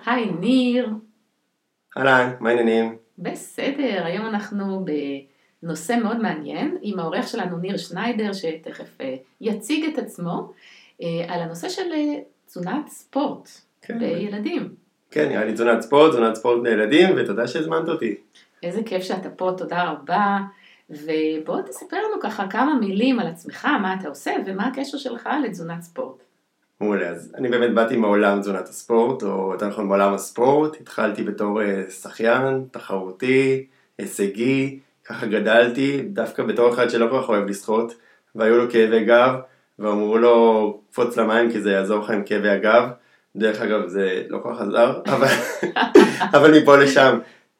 היי ניר. אהלן, מה העניינים? בסדר, היום אנחנו בנושא מאוד מעניין עם העורך שלנו ניר שניידר שתכף יציג את עצמו על הנושא של תזונת ספורט כן. בילדים. כן, נראה לי תזונת ספורט לילדים, ותודה שהזמנת אותי. איזה כיף שאתה פה, תודה רבה. ובוא תספר לנו ככה כמה מילים על עצמך, מה אתה עושה ומה הקשר שלך לתזונת ספורט. מעולה, אז אני באמת באתי מעולם תזונת הספורט, או יותר נכון מעולם הספורט. התחלתי בתור שחיין, תחרותי, הישגי, ככה גדלתי, דווקא בתור אחד שלא כל כך אוהב לשחות, והיו לו כאבי גב, ואמרו לו קפוץ למים כי זה יעזור לך עם כאבי הגב. דרך אגב זה לא כל כך עזר, אבל מפה לשם.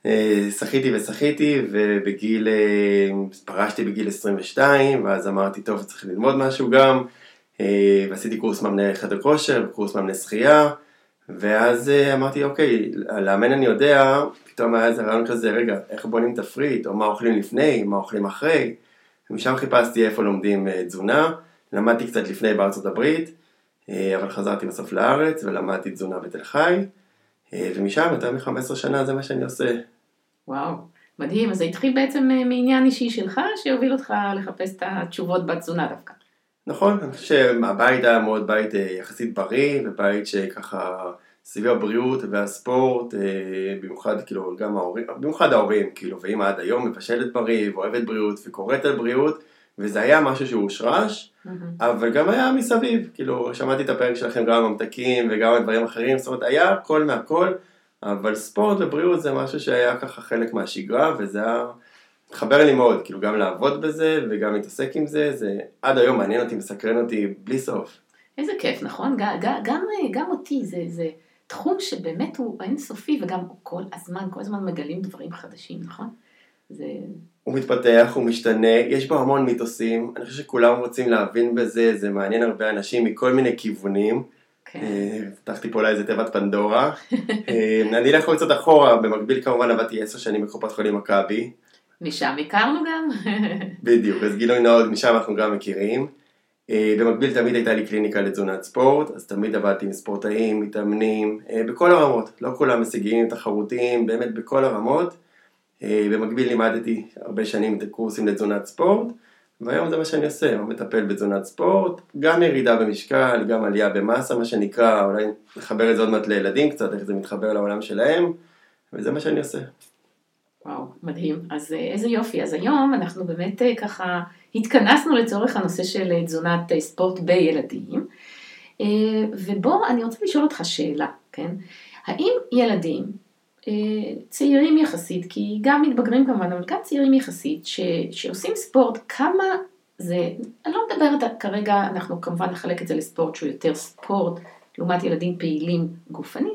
שחיתי ובגיל, פרשתי בגיל 22, ואז אמרתי טוב צריך ללמוד משהו גם, ועשיתי קורס מאמני חדר כושר, קורס מאמני שחייה, ואז אמרתי אוקיי, לאמן אני יודע, פתאום היה איזה רעיון כזה, רגע, איך בונים תפריט, או מה אוכלים לפני, מה אוכלים אחרי, ומשם חיפשתי איפה לומדים תזונה, למדתי קצת לפני בארצות הברית, אבל חזרתי בסוף לארץ ולמדתי תזונה בתל חי, ומשם יותר מ-15 שנה זה מה שאני עושה. וואו, מדהים. אז זה התחיל בעצם מעניין אישי שלך שיוביל אותך לחפש את התשובות בתזונה דווקא. נכון, אני חושב שהבית היה מאוד בית יחסית בריא, ובית שככה סביב הבריאות והספורט, במיוחד כאילו גם ההורים, במיוחד ההורים כאילו, ואמא עד היום מבשלת בריא ואוהבת בריאות וקוראת על בריאות, וזה היה משהו שהוא הושרש, אבל גם היה מסביב, כאילו שמעתי את הפרק שלכם גם הממתקים וגם הדברים אחרים, זאת אומרת היה הכל מהכל, אבל ספורט ובריאות זה משהו שהיה ככה חלק מהשגרה, וזה היה מתחבר לי מאוד, כאילו גם לעבוד בזה וגם להתעסק עם זה, זה עד היום מעניין אותי, מסקרן אותי בלי סוף. איזה כיף, נכון? גם אותי, זה תחום שבאמת הוא אינסופי, וגם כל הזמן מגלים דברים חדשים, נכון? הוא מתפתח, הוא משתנה, יש בו המון מיתוסים, אני חושב שכולם רוצים להבין בזה, זה מעניין הרבה אנשים מכל מיני כיוונים, פתחתי פה אולי איזה תיבת פנדורה, אני אלך קצת אחורה, במקביל כמובן עבדתי 10 שנים בקופת חולים מכבי. משם הכרנו גם. בדיוק, אז גילוי נאות, משם אנחנו גם מכירים. במקביל תמיד הייתה לי קליניקה לתזונת ספורט, אז תמיד עבדתי עם ספורטאים, מתאמנים, בכל הרמות, לא כולם הישגיים, תחרותיים, באמת בכל הרמות. במקביל לימדתי הרבה שנים את הקורסים לתזונת ספורט, והיום זה מה שאני עושה, אני מטפל בתזונת ספורט, גם ירידה במשקל, גם עלייה במסה, מה שנקרא, אולי נחבר את זה עוד מעט לילדים קצת, איך זה מתחבר לעולם שלהם, וזה מה שאני עושה. וואו, מדהים. אז איזה יופי. אז היום אנחנו באמת ככה התכנסנו לצורך הנושא של תזונת ספורט בילדים, ובו אני רוצה לשאול אותך שאלה, כן? האם ילדים צעירים יחסית, כי גם מתבגרים כמובן, אבל גם צעירים יחסית, שעושים ספורט, כמה זה, אני לא מדברת כרגע, אנחנו כמובן נחלק את זה לספורט שהוא יותר ספורט, לעומת ילדים פעילים גופנית,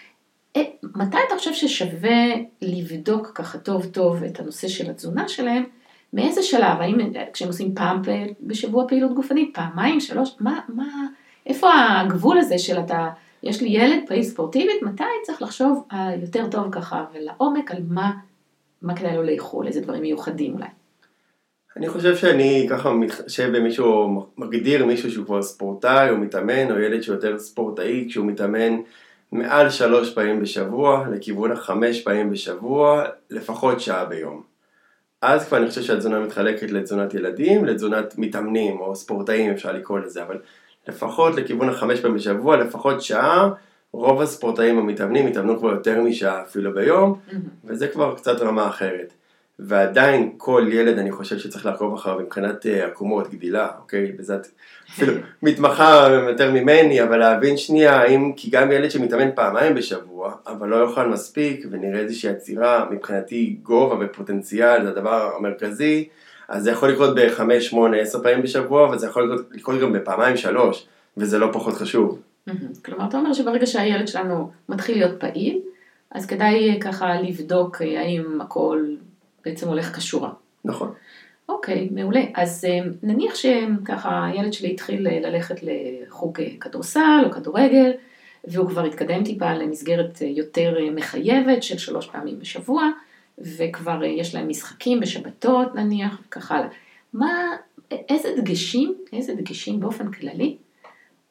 מתי אתה חושב ששווה לבדוק ככה טוב את הנושא של התזונה שלהם, מאיזה שלב, האם כשהם עושים פעם בשבוע פעילות גופנית, פעמיים, 3, איפה הגבול הזה של יש לי ילד פעיל ספורטיבית, מתי צריך לחשוב יותר טוב ככה ולעומק על מה כדאי לו לאכול, איזה דברים מיוחדים אולי. אני חושב שאני ככה מתחשב במישהו, מגדיר מישהו שהוא כבר ספורטאי או מתאמן, או ילד שהוא יותר ספורטאי, כשהוא מתאמן מעל 3 פעמים בשבוע, לכיוון 5 פעמים בשבוע, לפחות שעה ביום. אז כבר אני חושב שהתזונה מתחלקת לתזונת ילדים, לתזונת מתאמנים או ספורטאים אפשר לקרוא לזה, אבל לפחות לכיוון 5 פעמים בשבוע, לפחות שעה, רוב הספורטאים המתאמנים מתאמנו כבר יותר משעה אפילו ביום, וזה כבר קצת רמה אחרת. ועדיין כל ילד אני חושב שצריך לעקוב אחריו מבחינת עקומות, גדילה, אוקיי? בזאת אפילו מתמחה יותר ממני, אבל להבין שנייה, כי גם ילד שמתאמן פעמיים בשבוע, אבל לא יאכל מספיק, ונראה איזושהי עצירה, מבחינתי גובה ופוטנציאל, זה הדבר המרכזי, אז זה יכול לקרות ב5, 8, 10 פעמים בשבוע, אבל זה יכול לקרות גם בפעמיים 3, וזה לא פחות חשוב. כלומר, אתה אומר שברגע שהילד שלנו מתחיל להיות פעיל, אז כדאי ככה לבדוק האם הכל בעצם הולך כשורה. נכון. אוקיי, מעולה. אז נניח שככה הילד שלי התחיל ללכת לחוג כדורסל או כדורגל, והוא כבר התקדם טיפה למסגרת יותר מחייבת של 3 פעמים בשבוע, וכבר יש להם משחקים בשבתות נניח, וכך הלאה. איזה דגשים באופן כללי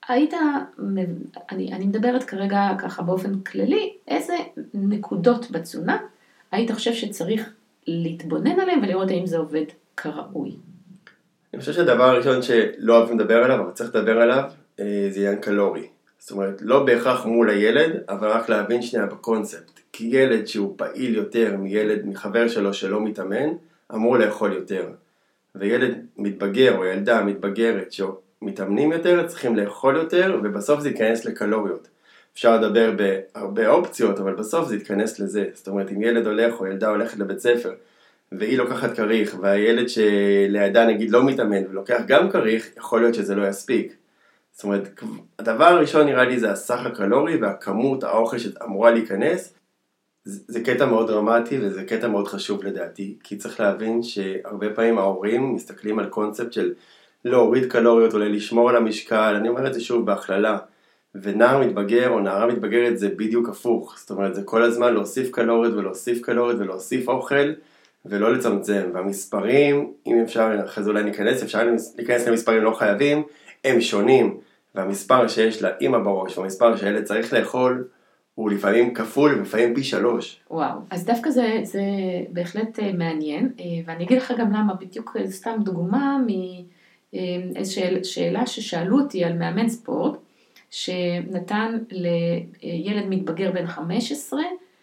אני מדברת כרגע ככה באופן כללי, איזה נקודות בתזונה היית חושב שצריך להתבונן עליהם ולראות האם זה עובד כראוי? אני חושב שהדבר הראשון שלא אוהבים לדבר עליו, אבל צריך לדבר עליו, זה עניין קלורי. זאת אומרת, לא בהכרח מול הילד, אבל רק להבין שנייה בקונספט. כי ילד שהוא פעיל יותר מחבר שלו שלא מתאמן, אמור לאכול יותר. וילד מתבגר או ילדה מתבגרת שמתאמנים יותר, צריכים לאכול יותר, ובסוף זה ייכנס לקלוריות. אפשר לדבר בהרבה אופציות, אבל בסוף זה יתכנס לזה. זאת אומרת, אם ילד הולך או ילדה הולכת לבית ספר, והיא לוקחת כריך, והילד שלידה נגיד לא מתאמן ולוקח גם כריך, יכול להיות שזה לא יספיק. זאת אומרת, הדבר הראשון נראה לי זה הסך הקלורי והכמות האוכל שאמורה להיכנס. זה קטע מאוד דרמטי וזה קטע מאוד חשוב לדעתי, כי צריך להבין שהרבה פעמים ההורים מסתכלים על קונספט של להוריד קלוריות או לשמור על המשקל, אני אומר את זה שוב בהכללה, ונער מתבגר או נערה מתבגרת זה בדיוק הפוך, זאת אומרת זה כל הזמן להוסיף קלוריות ולהוסיף קלוריות ולהוסיף אוכל, ולא לצמצם, והמספרים, אם אפשר, אחרי זה אולי ניכנס, אפשר להיכנס למספרים לא חייבים, הם שונים, והמספר שיש לאמא בראש, והמספר שהילד צריך לאכול, הוא לפעמים כפול, ולפעמים פי 3. וואו, אז דווקא זה בהחלט מעניין, ואני אגיד לך גם למה, בדיוק סתם דוגמה מאיזו שאלה ששאלו אותי על מאמן ספורט, שנתן לילד מתבגר בן 15,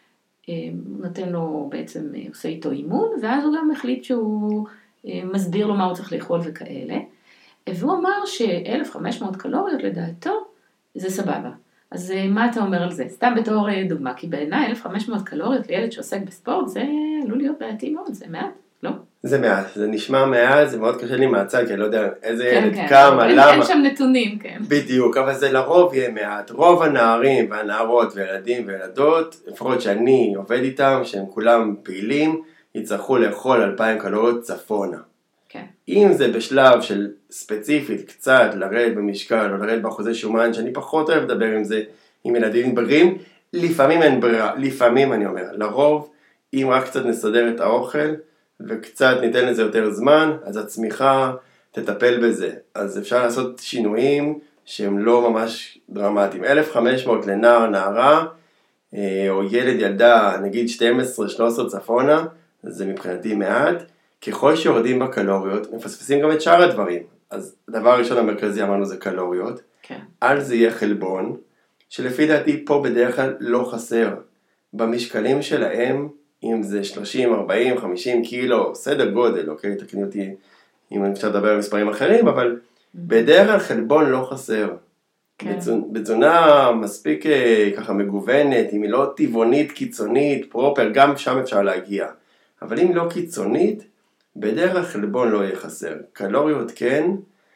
נותן לו בעצם, עושה איתו אימון, ואז הוא גם החליט שהוא מסביר לו מה הוא צריך לאכול וכאלה, והוא אמר ש-1500 קלוריות לדעתו זה סבבה. אז מה אתה אומר על זה? סתם בתור דוגמה, כי בעיניי 1500 קלוריות לילד שעוסק בספורט, זה עלול להיות בעייתי מאוד, זה מעט, לא? זה מעט, זה נשמע מעט, זה מאוד קשה לי מהצד, כי אני לא יודע איזה ילד, כן, כמה, למה. אין שם נתונים, כן. בדיוק, אבל זה לרוב יהיה מעט. רוב הנערים והנערות וילדים וילדות, לפחות שאני עובד איתם, שהם כולם פעילים, יצטרכו לאכול 2000 קלוריות צפונה. כן. אם זה בשלב של ספציפית קצת לרדת במשקל או לרדת באחוזי שומן, שאני פחות אוהב לדבר עם זה, עם ילדים מתבגרים, לפעמים אין ברירה, לפעמים אני אומר, לרוב, אם רק קצת נסדר את האוכל, וקצת ניתן לזה יותר זמן, אז הצמיחה תטפל בזה. אז אפשר לעשות שינויים שהם לא ממש דרמטיים. 1500 לנער, נערה, או ילד, ילדה, נגיד 12-13 צפונה, זה מבחינתי מעט. ככל שיורדים בקלוריות, מפספסים גם את שאר הדברים. אז הדבר הראשון המרכזי אמרנו זה קלוריות. כן. על זה יהיה חלבון, שלפי דעתי פה בדרך כלל לא חסר. במשקלים שלהם, אם זה 30, 40, 50 קילו, סדר גודל, אוקיי? תקני אותי אם אני אפשר לדבר על מספרים אחרים, אבל בדרך כלל חלבון לא חסר. כן. בתזונה מספיק ככה מגוונת, אם היא לא טבעונית, קיצונית, פרופר, גם שם אפשר להגיע. אבל אם לא קיצונית, בדרך כלל חלבון לא יהיה חסר. קלוריות כן,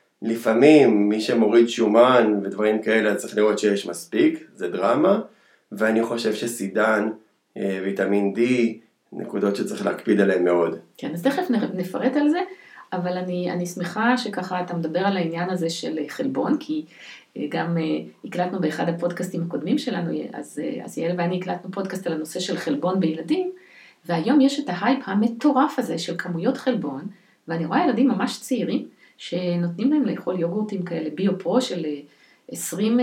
לפעמים מי שמוריד שומן ודברים כאלה צריך לראות שיש מספיק, זה דרמה, ואני חושב שסידן, ויטמין D, נקודות שצריך להקפיד עליהן מאוד. כן, אז תכף נפרט על זה, אבל אני שמחה שככה אתה מדבר על העניין הזה של חלבון, כי גם הקלטנו באחד הפודקאסטים הקודמים שלנו, אז יעל ואני הקלטנו פודקאסט על הנושא של חלבון בילדים, והיום יש את ההייפ המטורף הזה של כמויות חלבון, ואני רואה ילדים ממש צעירים, שנותנים להם לאכול יוגורטים כאלה ביו-פרו של 20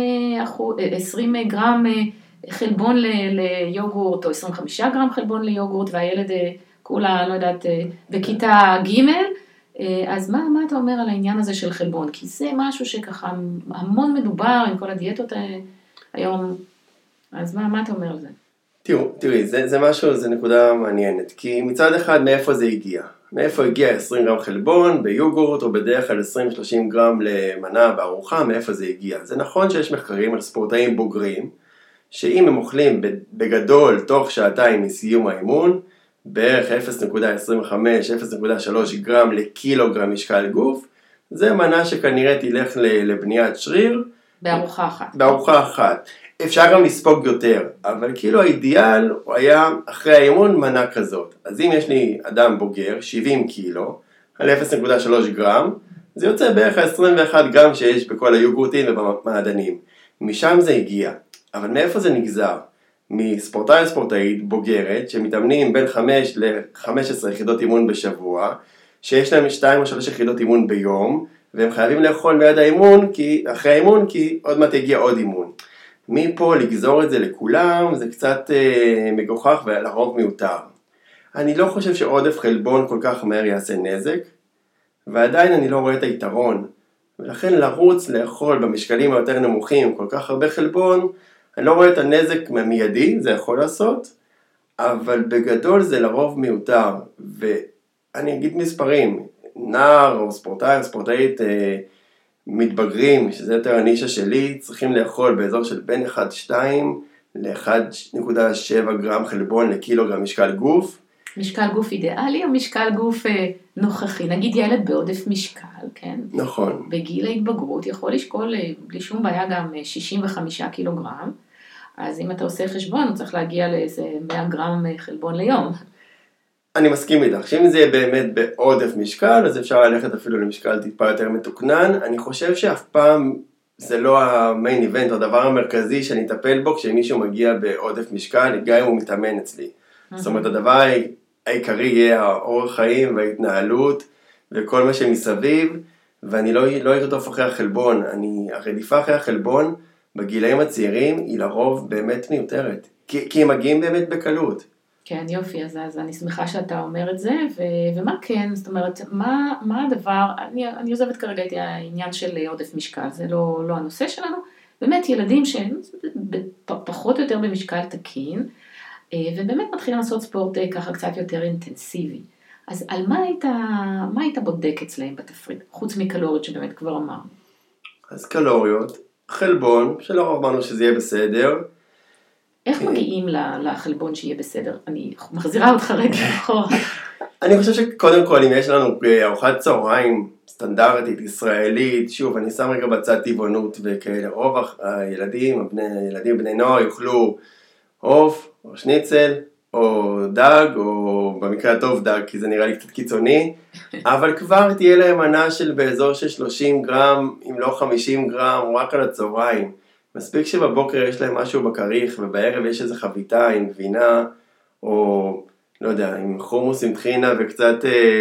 גרם חלבון ליוגורט, או 25 גרם חלבון ליוגורט, והילד כולה, לא יודעת, בכיתה ג', אז מה אתה אומר על העניין הזה של חלבון? כי זה משהו שככה המון מדובר עם כל הדיאטות היום, אז מה אתה אומר על זה? תראי, זה משהו, זה נקודה מעניינת, כי מצד אחד מאיפה זה הגיע? מאיפה הגיע 20 גרם חלבון ביוגורט, או בדרך כלל 20-30 גרם למנה בארוחה, מאיפה זה הגיע? זה נכון שיש מחקרים על ספורטאים בוגרים, שאם הם אוכלים בגדול תוך שעתיים מסיום האימון, בערך 0.25-0.3 גרם לקילוגרם משקל גוף, זה מנה שכנראה תלך לבניית שריר. בארוחה אחת. בארוחה אחת. אפשר גם לספוג יותר, אבל כאילו האידיאל הוא היה אחרי האימון מנה כזאת. אז אם יש לי אדם בוגר, 70 קילו, על 0.3 גרם, זה יוצא בערך 21 גרם שיש בכל היוגורטים ובמעדנים. משם זה הגיע. אבל מאיפה זה נגזר? מספורטאי או ספורטאית בוגרת, שמתאמנים בין 5 ל-15 יחידות אימון בשבוע, שיש להם 2 או 3 יחידות אימון ביום, והם חייבים לאכול מיד האימון, אחרי האימון, כי עוד מעט יגיע עוד אימון. מפה לגזור את זה לכולם, זה קצת מגוחך ולרוב מיותר. אני לא חושב שעודף חלבון כל כך מהר יעשה נזק, ועדיין אני לא רואה את היתרון. ולכן לרוץ לאכול במשקלים היותר נמוכים כל כך הרבה חלבון, אני לא רואה את הנזק מיידי, זה יכול לעשות, אבל בגדול זה לרוב מיותר. ואני אגיד מספרים, נער או ספורטאי או ספורטאית מתבגרים, שזה יותר הנישה שלי, צריכים לאכול באזור של בין 1.2 ל-1.7 גרם חלבון לקילוגרם משקל גוף. משקל גוף אידיאלי או משקל גוף נוכחי? נגיד ילד בעודף משקל, כן? נכון. בגיל ההתבגרות יכול לשקול בלי שום בעיה גם 65 קילוגרם, אז אם אתה עושה חשבון, הוא צריך להגיע לאיזה 100 גרם חלבון ליום. אני מסכים איתך, שאם זה באמת בעודף משקל, אז אפשר ללכת אפילו למשקל טיפה יותר מתוקנן. אני חושב שאף פעם זה לא המיין איבנט, או הדבר המרכזי שאני אטפל בו, כשמישהו מגיע בעודף משקל, גם אם הוא מתאמן אצלי. זאת אומרת, הדבר העיקרי יהיה האורח חיים וההתנהלות, וכל מה שמסביב, ואני לא ארדוף אחרי החלבון. הרדיפה אחרי החלבון, בגילאים הצעירים, היא לרוב באמת מיותרת. כי הם מגיעים באמת בקלות. כן, יופי, אז אני שמחה שאתה אומר את זה, ומה כן, זאת אומרת, מה הדבר, אני עוזבת כרגע את העניין של עודף משקל, זה לא הנושא שלנו, באמת ילדים שהם פחות או יותר במשקל תקין, ובאמת מתחילים לעשות ספורט ככה קצת יותר אינטנסיבי. אז על מה היית בודק אצלהם בתפריט, חוץ מקלוריות שבאמת כבר אמרנו? אז קלוריות, חלבון, שלא אמרנו שזה יהיה בסדר, איך מגיעים לחלבון שיהיה בסדר? אני מחזירה אותך רגע אחורה. אני חושב שקודם כל, אם יש לנו ארוחת צהריים סטנדרטית, ישראלית, שוב, אני שם רגע בצד טבעונות וכאלה, רוב הילדים, בני נוער יאכלו עוף, או שניצל, או דג, או במקרה הטוב דג, כי זה נראה לי קצת קיצוני, אבל כבר תהיה להם מנה של באזור של 30 גרם, אם לא 50 גרם, רק על הצהריים. מספיק שבבוקר יש להם משהו בקריך, ובערב יש איזו חביתה עם גבינה, או לא יודע, עם חומוס עם טחינה וקצת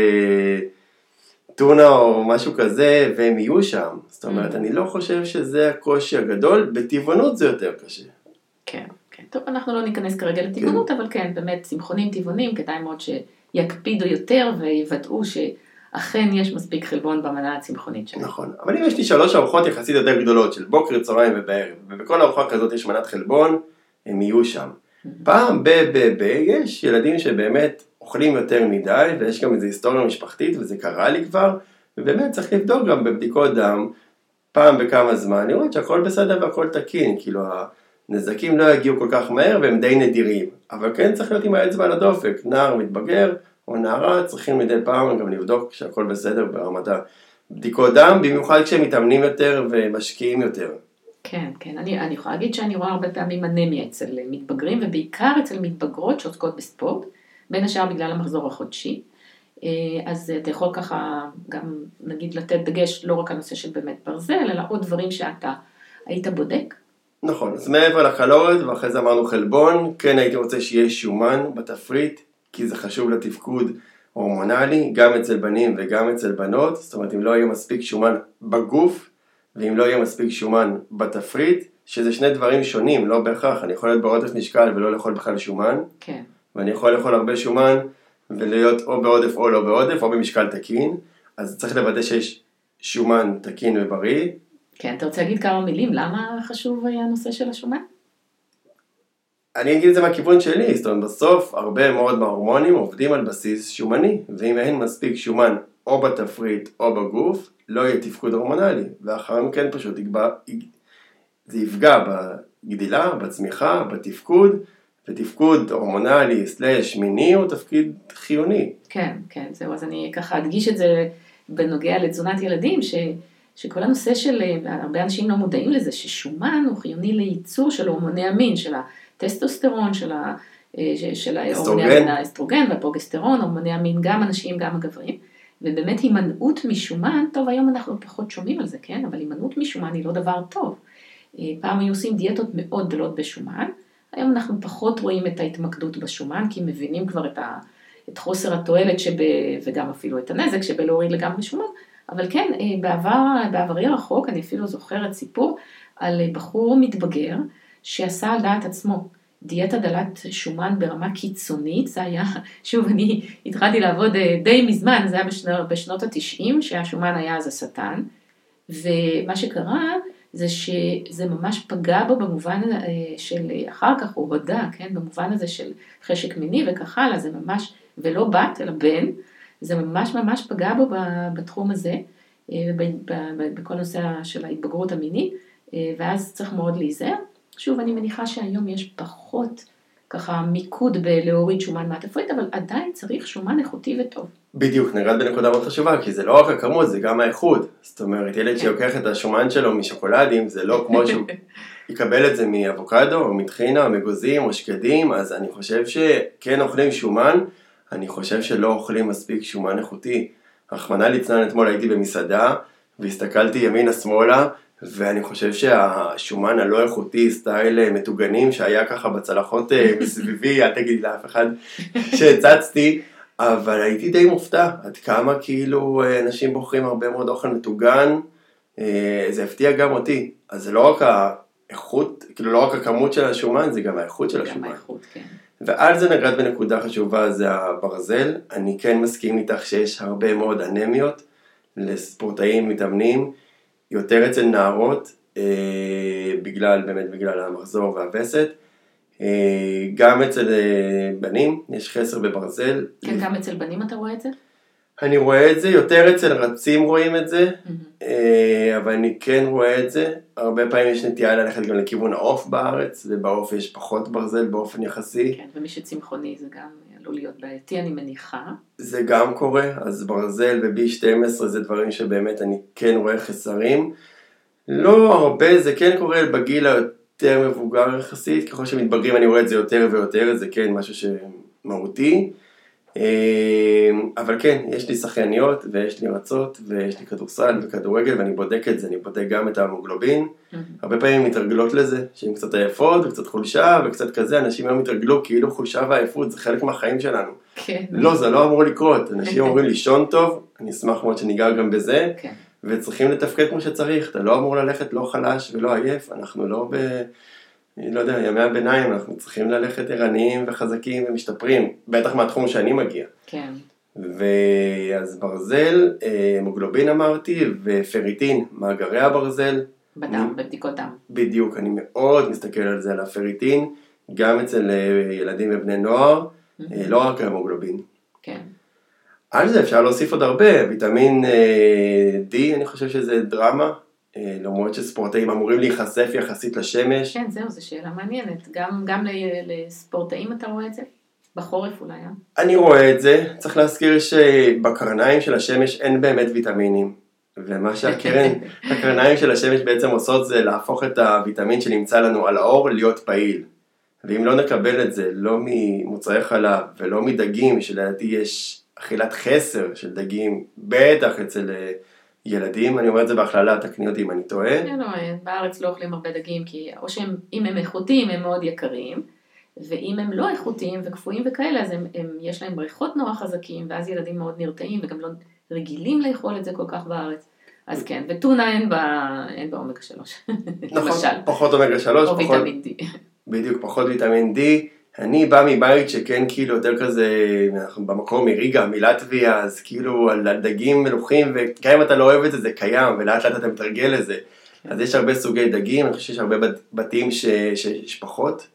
טונה או משהו כזה, והם יהיו שם. זאת אומרת, אני לא חושב שזה הקושי הגדול, בטבעונות זה יותר קשה. כן, כן. טוב, אנחנו לא ניכנס כרגע לטבעונות, אבל כן, באמת, צמחונים טבעונים, כדאי מאוד שיקפידו יותר, ויוודאו שאכן יש מספיק חלבון במנה הצמחונית שלהם. נכון, אבל אם יש לי 3 ארוחות יחסית יותר גדולות, של בוקר, צהריים ובערב, ובכל ארוחה כזאת יש מנת חלבון, הם יהיו שם. פעם יש ילדים שבאמת אוכלים יותר מדי, ויש גם איזו היסטוריה משפחתית, וזה קרה לי כבר, ובאמת צריך לבדוק גם בבדיקות דם, פעם בכמה זמן, לראות שהכל בסדר והכל תקין, כאילו הנזקים לא יגיעו כל כך מהר, והם די נדירים, אבל כן צריך להיות עם האצבע על הדופק, נער מתבגר, או נערה, צריכים מדי פעם גם לבדוק שהכל בסדר ברמת הבדיקות דם, במיוחד כשהם מתאמנים יותר ומשקיעים יותר. כן, כן. אני יכולה להגיד שאני רואה הרבה פעמים אנמיה אצל מתבגרים, ובעיקר אצל מתבגרות שעוסקות בספורט, בין השאר בגלל המחזור החודשי. אז אתה יכול ככה גם, נגיד, לתת דגש לא רק הנושא של באמת ברזל, אלא עוד דברים שאתה היית בודק. נכון, אז מעבר לקלוריות, ואחרי זה אמרנו חלבון, כן הייתי רוצה שיהיה שומן בתפריט, כי זה חשוב לתפקוד הורמונלי, גם אצל בנים וגם אצל בנות, זאת אומרת אם לא יהיה מספיק שומן בגוף, ואם לא יהיה מספיק שומן בתפריט, שזה שני דברים שונים, לא בהכרח, אני יכול להיות בעודף משקל ולא לאכול בכלל שומן, כן. ואני יכול לאכול הרבה שומן, ולהיות או בעודף או לא בעודף, או במשקל תקין, אז צריך לוודא שיש שומן תקין ובריא. כן, אתה רוצה להגיד כמה מילים, למה חשוב הנושא של השומן? אני אגיד את זה מהכיוון שלי, זאת אומרת, בסוף הרבה מאוד מההורמונים עובדים על בסיס שומני, ואם אין מספיק שומן או בתפריט או בגוף, לא יהיה תפקוד הורמונלי, ואחר מכן פשוט זה יפגע בגדילה, בצמיחה, בתפקוד, ותפקוד הורמונלי סלש מיני הוא תפקיד חיוני. כן, כן, זהו, אז אני ככה אדגיש את זה בנוגע לתזונת ילדים, שכל הנושא של, הרבה אנשים לא מודעים לזה, ששומן הוא חיוני לייצור של הורמוני המין, של הטסטוסטרון, של האסטרוגן והפרוגסטרון, הורמוני המין, גם אנשים, גם הגברים, ובאמת הימנעות משומן, טוב, היום אנחנו פחות שומעים על זה, כן? אבל הימנעות משומן היא לא דבר טוב. פעם היו עושים דיאטות מאוד דלות בשומן, היום אנחנו פחות רואים את ההתמקדות בשומן, כי מבינים כבר את חוסר התועלת וגם אפילו את הנזק שבלהוריד לגמרי שומן, אבל כן, בעברי הרחוק, אני אפילו זוכרת סיפור על בחור מתבגר, שעשה על דעת עצמו דיאטה דלת שומן ברמה קיצונית. זה היה, שוב, אני התחלתי לעבוד די מזמן, זה היה בשנות ה-90, שהשומן היה אז השטן, ומה שקרה זה שזה ממש פגע בו במובן של, אחר כך הוא הודע, כן, במובן הזה של חשק מיני וכך הלאה, זה ממש, ולא בת אלא בן, זה ממש ממש פגע בו בתחום הזה, בכל נושא של ההתבגרות המינית, ואז צריך מאוד להיזהר. שוב, אני מניחה שהיום יש פחות ככה מיקוד בלהוריד שומן מהתפריט, אבל עדיין צריך שומן איכותי וטוב. בדיוק, נגעת בנקודה מאוד חשובה, כי זה לא רק הכמות, זה גם האיכות. זאת אומרת, ילד שיוקח את השומן שלו משוקולדים, זה לא כמו שהוא יקבל את זה מאבוקדו, או מטחינה, או מגוזים, או שקדים, אז אני חושב שכן אוכלים שומן, אני חושב שלא אוכלים מספיק שומן איכותי. רחמנא ליצלן, אתמול הייתי במסעדה, והסתכלתי ימינה שמאלה, ואני חושב שהשומן הלא איכותי, סטייל מטוגנים, שהיה ככה בצלחות מסביבי, אל תגיד לאף אחד שהצצתי, אבל הייתי די מופתע, עד כמה כאילו אנשים בוחרים הרבה מאוד אוכל מטוגן, זה הפתיע גם אותי. אז זה לא רק האיכות, כאילו לא רק הכמות של השומן, זה גם האיכות של השומן. גם האיכות, כן. ועל זה נגעת בנקודה חשובה, זה הברזל. אני כן מסכים איתך שיש הרבה מאוד אנמיות לספורטאים מתאמנים, יותר אצל נערות, בגלל המחזור והווסת, גם אצל בנים יש חסר בברזל. כן, גם אצל בנים אתה רואה את זה? אני רואה את זה, יותר אצל רצים רואים את זה, אבל אני כן רואה את זה. הרבה פעמים יש נטייה ללכת גם לכיוון העוף בארץ, ובעוף יש פחות ברזל באופן יחסי. כן, ומי שצמחוני זה גם עלול להיות בעייתי, אני מניחה. זה גם קורה, אז ברזל ו-B12 זה דברים שבאמת אני כן רואה חסרים. לא הרבה, זה כן קורה בגיל היותר מבוגר יחסית, ככל שמתבגרים אני רואה את זה יותר ויותר, זה כן משהו שמהותי. אבל כן, יש לי שחייניות ויש לי רצות ויש לי כדורסל וכדורגל ואני בודק את זה, אני בודק גם את ההמוגלובין. הרבה פעמים מתרגלות לזה, שהן קצת עייפות וקצת חולשה וקצת כזה, אנשים היום מתרגלו כאילו חולשה ועייפות, זה חלק מהחיים שלנו. כן. לא, זה לא אמור לקרות, אנשים אומרים לישון טוב, אני אשמח מאוד שניגע גם בזה, כן. וצריכים לתפקד כמו שצריך, אתה לא אמור ללכת לא חלש ולא עייף, אנחנו לא אני לא יודע, ימי הביניים, אנחנו צריכים ללכת ערניים וחזקים ומשתפרים, בטח מהתחום שאני מגיע. כן. ואז ברזל, מוגלובין אמרתי, ופריטין, מאגרי הברזל. בדם, בבדיקות דם. בדיוק, אני מאוד מסתכל על זה, על הפריטין, גם אצל ילדים ובני נוער, לא רק המוגלובין. כן. על זה אפשר להוסיף עוד הרבה, ויטמין D, אני חושב שזה דרמה, למרות שספורטאים אמורים להיחשף יחסית לשמש. כן, זהו, זו שאלה מעניינת. גם לספורטאים אתה רואה את זה? בחורף אולי, אני רואה את זה. צריך להזכיר שבקרניים של השמש אין באמת ויטמינים. ומה שהקרניים של השמש בעצם עושות זה להפוך את הוויטמין שנמצא לנו על האור להיות פעיל. ואם לא נקבל את זה, לא ממוצרי חלב ולא מדגים, שלדעתי יש אכילת חסר של דגים, בטח אצל ילדים, אני אומר את זה בהכללה, תקני אותי אם אני טועה. לא, בארץ לא אוכלים הרבה דגים, כי או שהם, אם הם איכותיים, הם מאוד יקרים, ואם הם לא איכותיים וקפואים וכאלה, אז יש להם בריחות נורא חזקים, ואז ילדים מאוד נרתעים, וגם לא רגילים לאכול את זה כל כך בארץ. אז כן, וטונה אין באומגה 3. נכון, פחות אומגה 3. או ויטמין D. בדיוק, פחות ויטמין D. אני בא מבית שכן כאילו יותר כזה, אנחנו במקום מריגה, מלטביה, אז כאילו על דגים מלוכים, וגם אם אתה לא אוהב את זה, זה קיים, ולאט לאט אתה מתרגל לזה. אז יש הרבה סוגי דגים, אני חושב שיש הרבה בתים שיש פחות,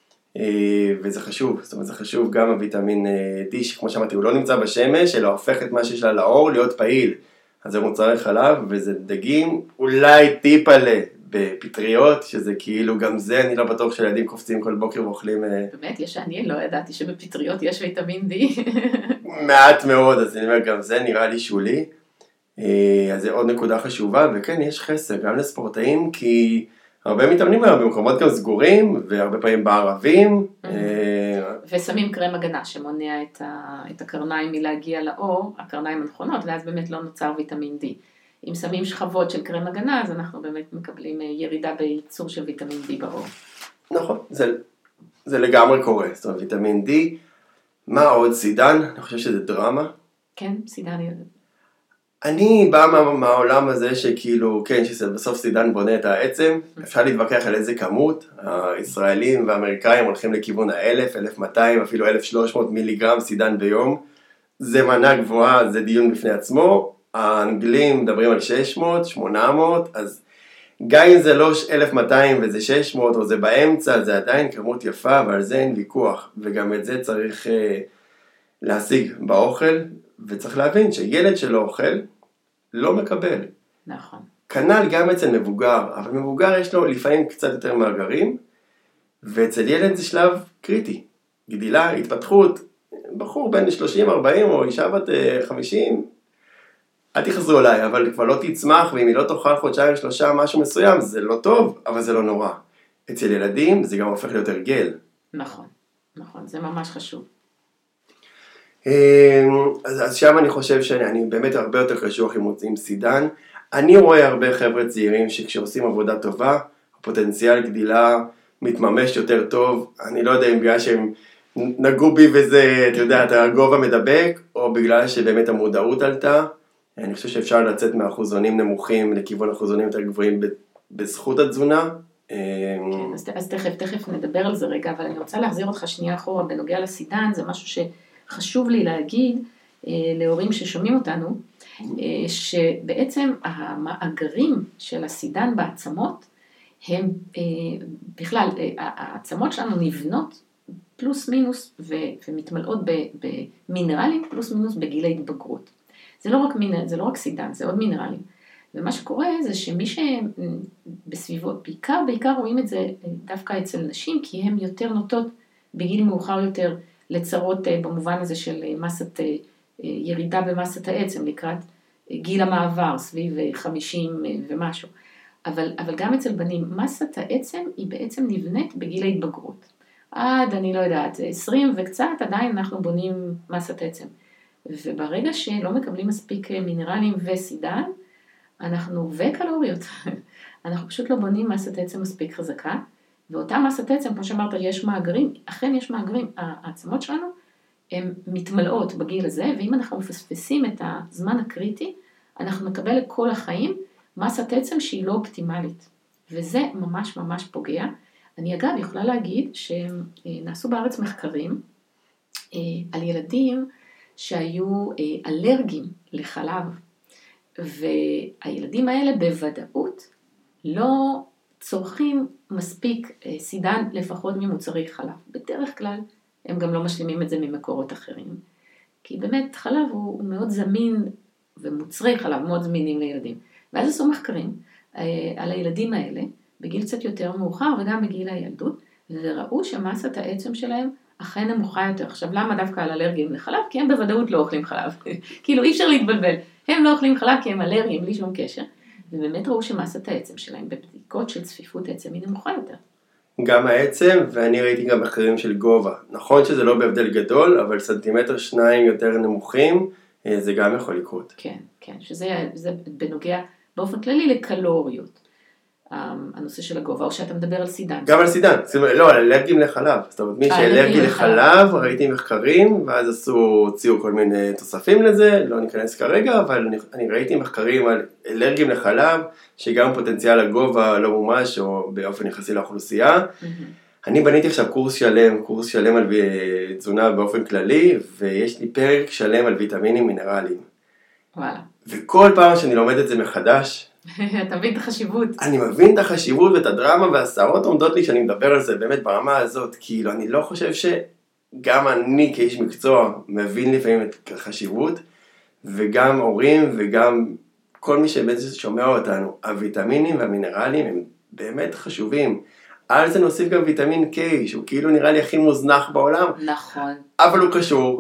וזה חשוב, זאת אומרת זה חשוב גם הוויטמין D, שכמו שאמרתי, הוא לא נמצא בשמש, אלא הופך את מה שיש לה לאור להיות פעיל. אז זה מוצרי חלב, וזה דגים, אולי טיפה בפטריות, שזה כאילו גם זה, אני לא בטוח שילדים קופצים כל בוקר ואוכלים. באמת, אני לא ידעתי שבפטריות יש ויטמין D. מעט מאוד, אז אני אומר, גם זה נראה לי שולי. אז זה עוד נקודה חשובה, וכן, יש חסר גם לספורטאים, כי הרבה מתאמנים היום במקומות גם סגורים, והרבה פעמים בערבים. ושמים קרם הגנה שמונע את הקרניים מלהגיע לאור, הקרניים הנכונות, ואז באמת לא נוצר ויטמין D. אם שמים שכבות של קרם הגנה, אז אנחנו באמת מקבלים ירידה בייצור של ויטמין D בעור. נכון, זה לגמרי קורה, זאת אומרת, ויטמין D. מה עוד? סידן, אני חושב שזה דרמה. כן, סידן. אני בא מהעולם הזה שכאילו, כן, שבסוף סידן בונה את העצם, אפשר להתווכח על איזה כמות, הישראלים והאמריקאים הולכים לכיוון 1000, 1200, אפילו 1300 מיליגרם סידן ביום, זה מנה גבוהה, זה דיון בפני עצמו, האנגלים מדברים על 600, 800, אז גם אם זה לא 1200 וזה 600 או זה באמצע, זה עדיין כמות יפה, ועל זה אין ויכוח, וגם את זה צריך להשיג באוכל, וצריך להבין שילד שלא אוכל, לא מקבל. נכון. כנ"ל גם אצל מבוגר, אבל מבוגר יש לו לפעמים קצת יותר מאגרים, ואצל ילד זה שלב קריטי. גדילה, התפתחות, בחור בין 30-40 או אישה בת 50, אל תחזרו אליי, אבל כבר לא תצמח, ואם היא לא תאכל חודשיים-3 משהו מסוים, זה לא טוב, אבל זה לא נורא. אצל ילדים זה גם הופך להיות הרגל. נכון, נכון, זה ממש חשוב. אז שם אני חושב שאני באמת הרבה יותר קשוח עם מוצאים סידן. אני רואה הרבה חבר'ה צעירים שכשעושים עבודה טובה, הפוטנציאל גדילה מתממש יותר טוב. אני לא יודע אם בגלל שהם נגעו בי וזה, אתה יודע, אתה הגובה מדבק, או בגלל שבאמת המודעות עלתה. אני חושב שאפשר לצאת מאחוזונים נמוכים לכיוון אחוזונים יותר גבוהים בזכות התזונה. כן, אז תכף נדבר על זה רגע, אבל אני רוצה להחזיר אותך שנייה אחורה בנוגע לסידן, זה משהו שחשוב לי להגיד להורים ששומעים אותנו, שבעצם המאגרים של הסידן בעצמות, הם בכלל, העצמות שלנו נבנות פלוס מינוס ומתמלאות במינרלים פלוס מינוס בגיל ההתבגרות. זה לא רק סידן, זה עוד מינרלים. ומה שקורה זה שמי שבסביבות, בעיקר רואים את זה דווקא אצל נשים, כי הן יותר נוטות בגיל מאוחר יותר לצרות במובן הזה של ירידה במסת העצם לקראת גיל המעבר, סביב 50 ומשהו. אבל גם אצל בנים, מסת העצם היא בעצם נבנית בגיל ההתבגרות. עד, אני לא יודעת, 20 וקצת, עדיין אנחנו בונים מסת עצם. וברגע שלא מקבלים מספיק מינרלים וסידן, וקלוריות, אנחנו פשוט לא בונים מסת עצם מספיק חזקה, ואותה מסת עצם, כמו שאמרת, יש מאגרים, אכן יש מאגרים, העצמות שלנו הן מתמלאות בגיל הזה, ואם אנחנו מפספסים את הזמן הקריטי, אנחנו נקבל לכל החיים מסת עצם שהיא לא אופטימלית, וזה ממש ממש פוגע. אני אגב יכולה להגיד שנעשו בארץ מחקרים על ילדים שהיו אלרגיים לחלב, והילדים האלה בוודאות לא צורכים מספיק סידן לפחות ממוצרי חלב. בדרך כלל הם גם לא משלימים את זה ממקורות אחרים, כי באמת חלב הוא מאוד זמין, ומוצרי חלב מאוד זמינים לילדים. ואז עשו מחקרים על הילדים האלה, בגיל קצת יותר מאוחר וגם בגיל הילדות, וראו שמסת העצם שלהם אכן נמוכה יותר. עכשיו, למה דווקא על אלרגיים לחלב? כי הם בוודאות לא אוכלים חלב. כאילו, אי אפשר להתבלבל. הם לא אוכלים חלב כי הם אלרגיים, בלי שום קשר. ובאמת ראו שמסת העצם שלהם בבדיקות של צפיפות עצם היא נמוכה יותר. גם העצם, ואני ראיתי גם מחקרים של גובה. נכון שזה לא בהבדל גדול, אבל 1-2 סנטימטר יותר נמוכים, זה גם יכול לקרות. כן, כן, שזה בנוגע באופן כללי לקלוריות. הנושא של הגובה, או שאתה מדבר על סידן. גם על סידן, לא, על אלרגיים לחלב. זאת אומרת, מי שאלרגי לחלב, ראיתי מחקרים, ואז הוציאו כל מיני תוספים לזה, לא ניכנס כרגע, אבל אני ראיתי מחקרים על אלרגיים לחלב, שגם פוטנציאל הגובה לא מומש, או באופן יחסי לאוכלוסייה. אני בניתי עכשיו קורס שלם על תזונה באופן כללי, ויש לי פרק שלם על ויטמינים מינרליים. וואלה. וכל פעם שאני לומד את זה מחדש, אתה מבין את החשיבות. אני מבין את החשיבות ואת הדרמה, והשערות עומדות לי שאני מדבר על זה באמת ברמה הזאת, כאילו אני לא חושב שגם אני כאיש מקצוע מבין לפעמים את החשיבות, וגם הורים וגם כל מי שבאמת שומע אותנו, הוויטמינים והמינרלים הם באמת חשובים. על זה נוסיף גם ויטמין K, שהוא כאילו נראה לי הכי מוזנח בעולם. נכון. אבל הוא קשור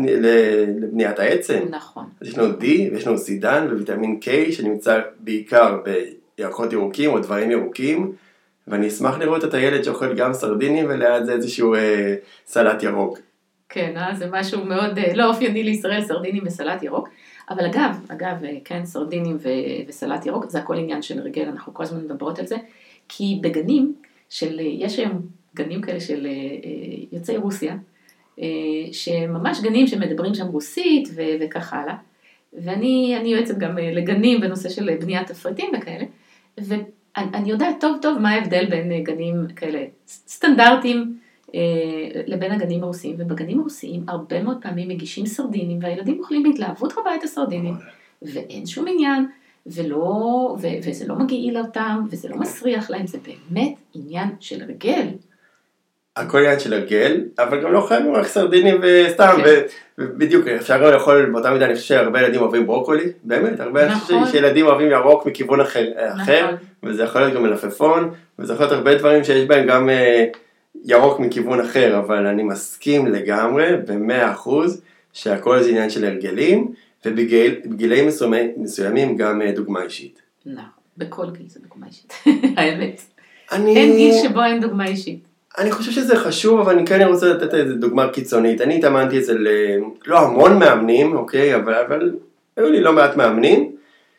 לבניית העצם. נכון. אז יש לנו D ויש לנו סידן וויטמין K, שנמצא בעיקר בירקות ירוקים או דברים ירוקים, ואני אשמח לראות את הילד שאוכל גם סרדינים, וליד זה איזשהו סלט ירוק. כן, זה משהו מאוד לא אופייני לישראל, סרדינים וסלט ירוק. אבל אגב, כן, סרדינים וסלט ירוק, זה הכל עניין של רגל, אנחנו כל הזמן מדברות על זה, כי בגנים, יש היום גנים כאלה של יוצאי רוסיה, שממש גנים שמדברים שם רוסית וכך הלאה, ואני יועצת גם לגנים בנושא של בניית תפריטים וכאלה, ואני יודעת טוב טוב מה ההבדל בין גנים כאלה סטנדרטיים לבין הגנים הרוסיים, ובגנים הרוסיים הרבה מאוד פעמים מגישים סרדינים, והילדים אוכלים בהתלהבות רבה את הסרדינים, ואין שום עניין, וזה לא מגעיל אותם, וזה לא מסריח להם, זה באמת עניין של הרגל. הכל עניין של הרגל, אבל גם לא חייבים רק סרדינים וסתם, ובדיוק אפשר גם לאכול באותה מידה, אני חושב שהרבה ילדים אוהבים ברוקולי, באמת, הרבה ילדים אוהבים ירוק מכיוון אחר, וזה יכול להיות גם מלפפון, וזה יכול להיות הרבה דברים שיש בהם גם ירוק מכיוון אחר, אבל אני מסכים לגמרי, ב100%, שהכל זה עניין של הרגלים, ובגילאים מסוימים גם דוגמה אישית. נכון, בכל גיל זה דוגמה אישית, האמת. אין גיל שבו אין דוגמה אישית. אני חושב שזה חשוב, אבל אני כן רוצה לתת איזו דוגמה קיצונית. אני התאמנתי אצל לא המון מאמנים, אוקיי, אבל היו לי לא מעט מאמנים,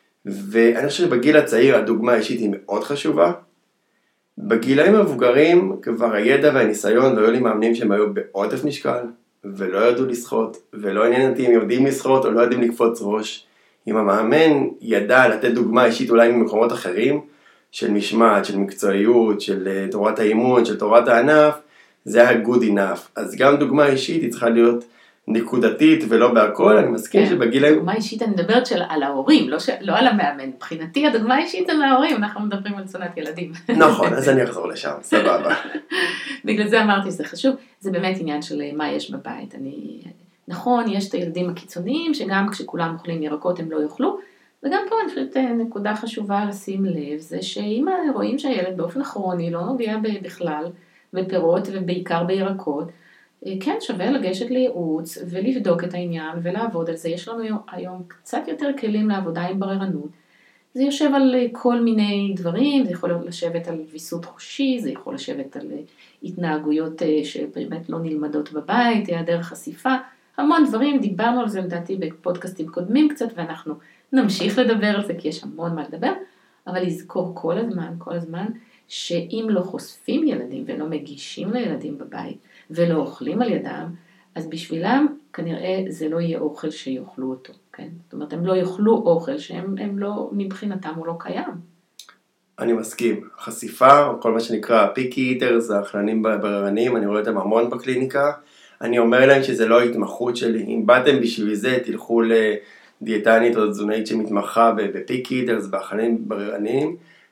ואני חושב שבגיל הצעיר הדוגמה האישית היא מאוד חשובה. בגילאים המבוגרים כבר הידע והניסיון, והיו לי מאמנים שהם היו בעודף משקל, ולא ידעו לשחות, ולא עניין אותי אם יודעים לשחות או לא יודעים לקפוץ ראש. אם המאמן ידע לתת דוגמה אישית אולי ממקומות אחרים, של משמעת, של מקצועיות, של תורת האימון, של תורת הענף, זה היה good enough. אז גם דוגמה אישית היא צריכה להיות נקודתית ולא בהכל, אני מסכים שבגיל... דוגמה אישית אני מדברת על ההורים, לא על המאמן. מבחינתי הדוגמה האישית זה מההורים, אנחנו מדברים על תזונת ילדים. נכון, אז אני אחזור לשם, סבבה. בגלל זה אמרתי שזה חשוב, זה באמת עניין של מה יש בבית. נכון, יש את הילדים הקיצוניים, שגם כשכולם אוכלים ירקות הם לא יאכלו, וגם פה אני חושבת נקודה חשובה לשים לב, זה שאם רואים שהילד באופן כרוני לא נוגע בכלל בפירות ובעיקר בירקות, כן שווה לגשת לייעוץ ולבדוק את העניין ולעבוד על זה. יש לנו היום קצת יותר כלים לעבודה עם בררנות. זה יושב על כל מיני דברים, זה יכול לשבת על ויסות חושי, זה יכול לשבת על התנהגויות שבאמת לא נלמדות בבית, היעדר חשיפה, המון דברים, דיברנו על זה לדעתי בפודקאסטים קודמים קצת, ואנחנו נמשיך לדבר על זה, כי יש המון מה לדבר, אבל לזכור כל הזמן, שאם לא חושפים ילדים ולא מגישים לילדים בבית, ולא אוכלים על ידם, אז בשבילם כנראה זה לא יהיה אוכל שיאכלו אותו, כן? זאת אומרת, הם לא יאכלו אוכל שהם לא, מבחינתם הוא לא קיים. אני מסכים. חשיפה, או כל מה שנקרא פיקי איטרס, האכלנים בררנים, אני רואה אותם המון בקליניקה, אני אומר להם שזה לא ההתמחות שלי, אם באתם בשביל זה, תלכו לדיאטנית או תזונאית שמתמחה בפיקי איטרס, באכלנים בררנים,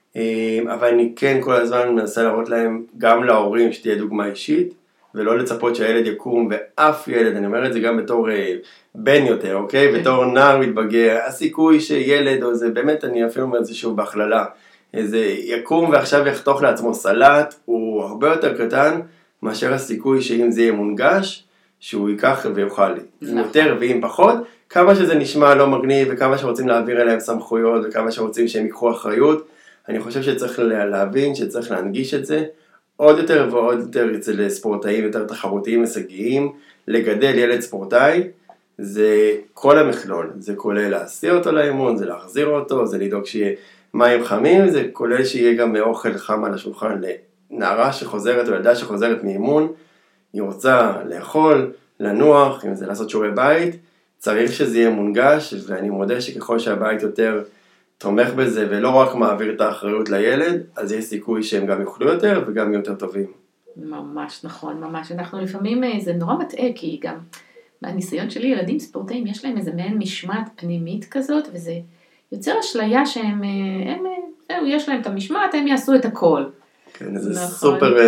אבל אני כן כל הזמן מנסה להראות להם, גם להורים שתהיה דוגמה אישית, ולא לצפות שהילד יקום, ואף ילד, אני אומר את זה גם בתור בן יותר, אוקיי? בתור נער מתבגר, הסיכוי שילד, או זה באמת, אני אפילו אומר את זה שוב בהכללה, איזה יקום ועכשיו יחתוך לעצמו סלט, הוא הרבה יותר קטן, מאשר הסיכוי שאם זה יהיה מונגש, שהוא ייקח ויוכל אם יותר ואם פחות, כמה שזה נשמע לא מגניב, וכמה שרוצים להעביר אליהם סמכויות, וכמה שרוצים שהם ייקחו אחריות, אני חושב שצריך להבין, שצריך להנגיש את זה, עוד יותר ועוד יותר אצל ספורטאים יותר תחרותיים הישגיים, לגדל ילד ספורטאי, זה כל המכלול, זה כולל להסיר אותו לאימון, זה להחזיר אותו, זה לדאוג שיהיה מים חמים, זה כולל שיהיה גם אוכל חם על השולחן לנערה שחוזרת או ילדה שחוזרת מאימון, היא רוצה לאכול, לנוח, אם זה לעשות שיעורי בית, צריך שזה יהיה מונגש, ואני מודה שככל שהבית יותר תומך בזה ולא רק מעביר את האחריות לילד, אז יש סיכוי שהם גם יאכלו יותר וגם יותר טובים. ממש נכון, ממש. אנחנו לפעמים, זה נורא מטעה, כי גם מהניסיון שלי, ילדים ספורטאים, יש להם איזה מעין משמעת פנימית כזאת, וזה יוצר אשליה שהם, יש להם את המשמעת, הם יעשו את הכל. כן, זה סופר,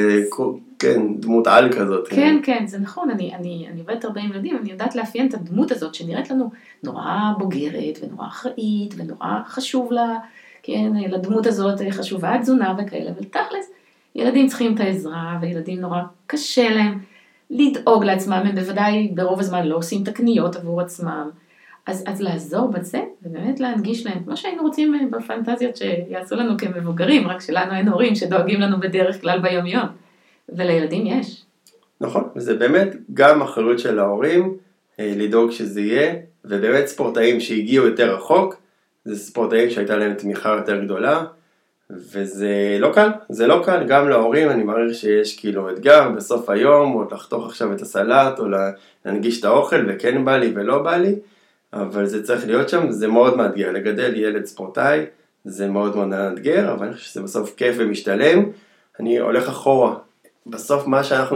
כן, דמות על כזאת. כן, כן, זה נכון, אני עובדת הרבה עם ילדים, אני יודעת לאפיין את הדמות הזאת, שנראית לנו נורא בוגרת, ונורא אחראית, ונורא חשוב לה, כן, לדמות הזאת חשובה התזונה וכאלה, אבל תכלס, ילדים צריכים את העזרה, וילדים נורא קשה להם לדאוג לעצמם, הם בוודאי ברוב הזמן לא עושים את הקניות עבור עצמם, אז לעזור בזה, ובאמת להנגיש להם, כמו שהיינו רוצים בפנטזיות שיעשו לנו כמבוגרים, רק שלנו אין הורים שדואגים לנו בדרך כלל ביום יום, ולילדים יש. נכון, וזה באמת גם אחריות של ההורים, לדאוג שזה יהיה, ובאמת ספורטאים שהגיעו יותר רחוק, זה ספורטאים שהייתה להם תמיכה יותר גדולה, וזה לא קל, זה לא קל, גם להורים, אני מעריך שיש כאילו אתגר בסוף היום, או לחתוך עכשיו את הסלט, או להנגיש את האוכל, וכן בא לי ולא בא לי, אבל זה צריך להיות שם, זה מאוד מאתגר. לגדל ילד ספורטאי, זה מאוד מאוד מאתגר, אבל אני חושב שזה בסוף כיף ומשתלם. אני הולך אחורה. בסוף מה שאנחנו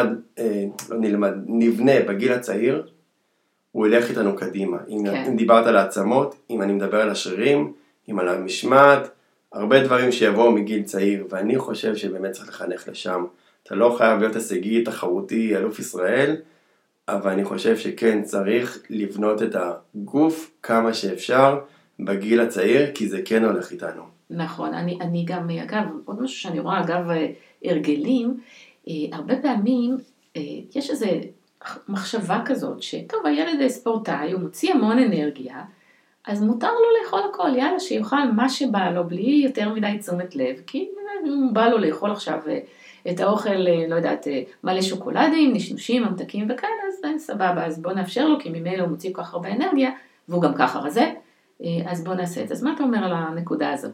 נבנה בגיל הצעיר, הוא ילך איתנו קדימה. אם דיברת על העצמות, אם אני מדבר על השרירים, אם על המשמעת, הרבה דברים שיבואו מגיל צעיר, ואני חושב שבאמת צריך לחנך לשם. אתה לא חייב להיות הישגי, תחרותי, אלוף ישראל, אבל אני חושב שכן צריך לבנות את הגוף כמה שאפשר בגיל הצעיר, כי זה כן הולך איתנו. נכון, אני גם, אגב, עוד משהו שאני רואה, אגב, הרגלים, הרבה פעמים יש איזו מחשבה כזאת, שטוב, הילד ספורטאי, הוא מוציא המון אנרגיה, אז מותר לו לאכול הכל, יאללה, שיוכל מה שבא לו, בלי יותר מדי תשומת לב, כי אם בא לו לאכול עכשיו את האוכל, לא יודעת, מלא שוקולדים, נשנושים, ממתקים וכאלה, אז סבבה, אז בוא נאפשר לו, כי ממילא הוא מוציא כל כך הרבה אנרגיה, והוא גם ככה רזה, אז בוא נעשה את זה. אז מה אתה אומר על הנקודה הזאת?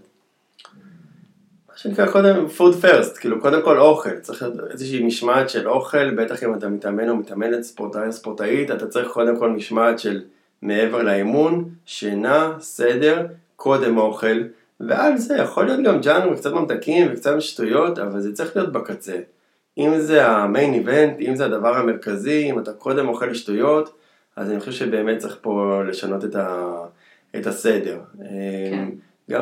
מה שנקרא קודם food first, כאילו קודם כל אוכל, צריך איזושהי משמעת של אוכל, בטח אם אתה מתאמן או מתאמנת ספורטאי או ספורטאית, אתה צריך קודם כל משמעת של מעבר לאימון, שינה, סדר, קודם אוכל, ועל זה יכול להיות גם ג'אנק וקצת ממתקים וקצת שטויות, אבל זה צריך להיות בקצה. אם זה המיין איבנט, אם זה הדבר המרכזי, אם אתה קודם אוכל שטויות, אז אני חושב שבאמת צריך פה לשנות את הסדר. כן. גם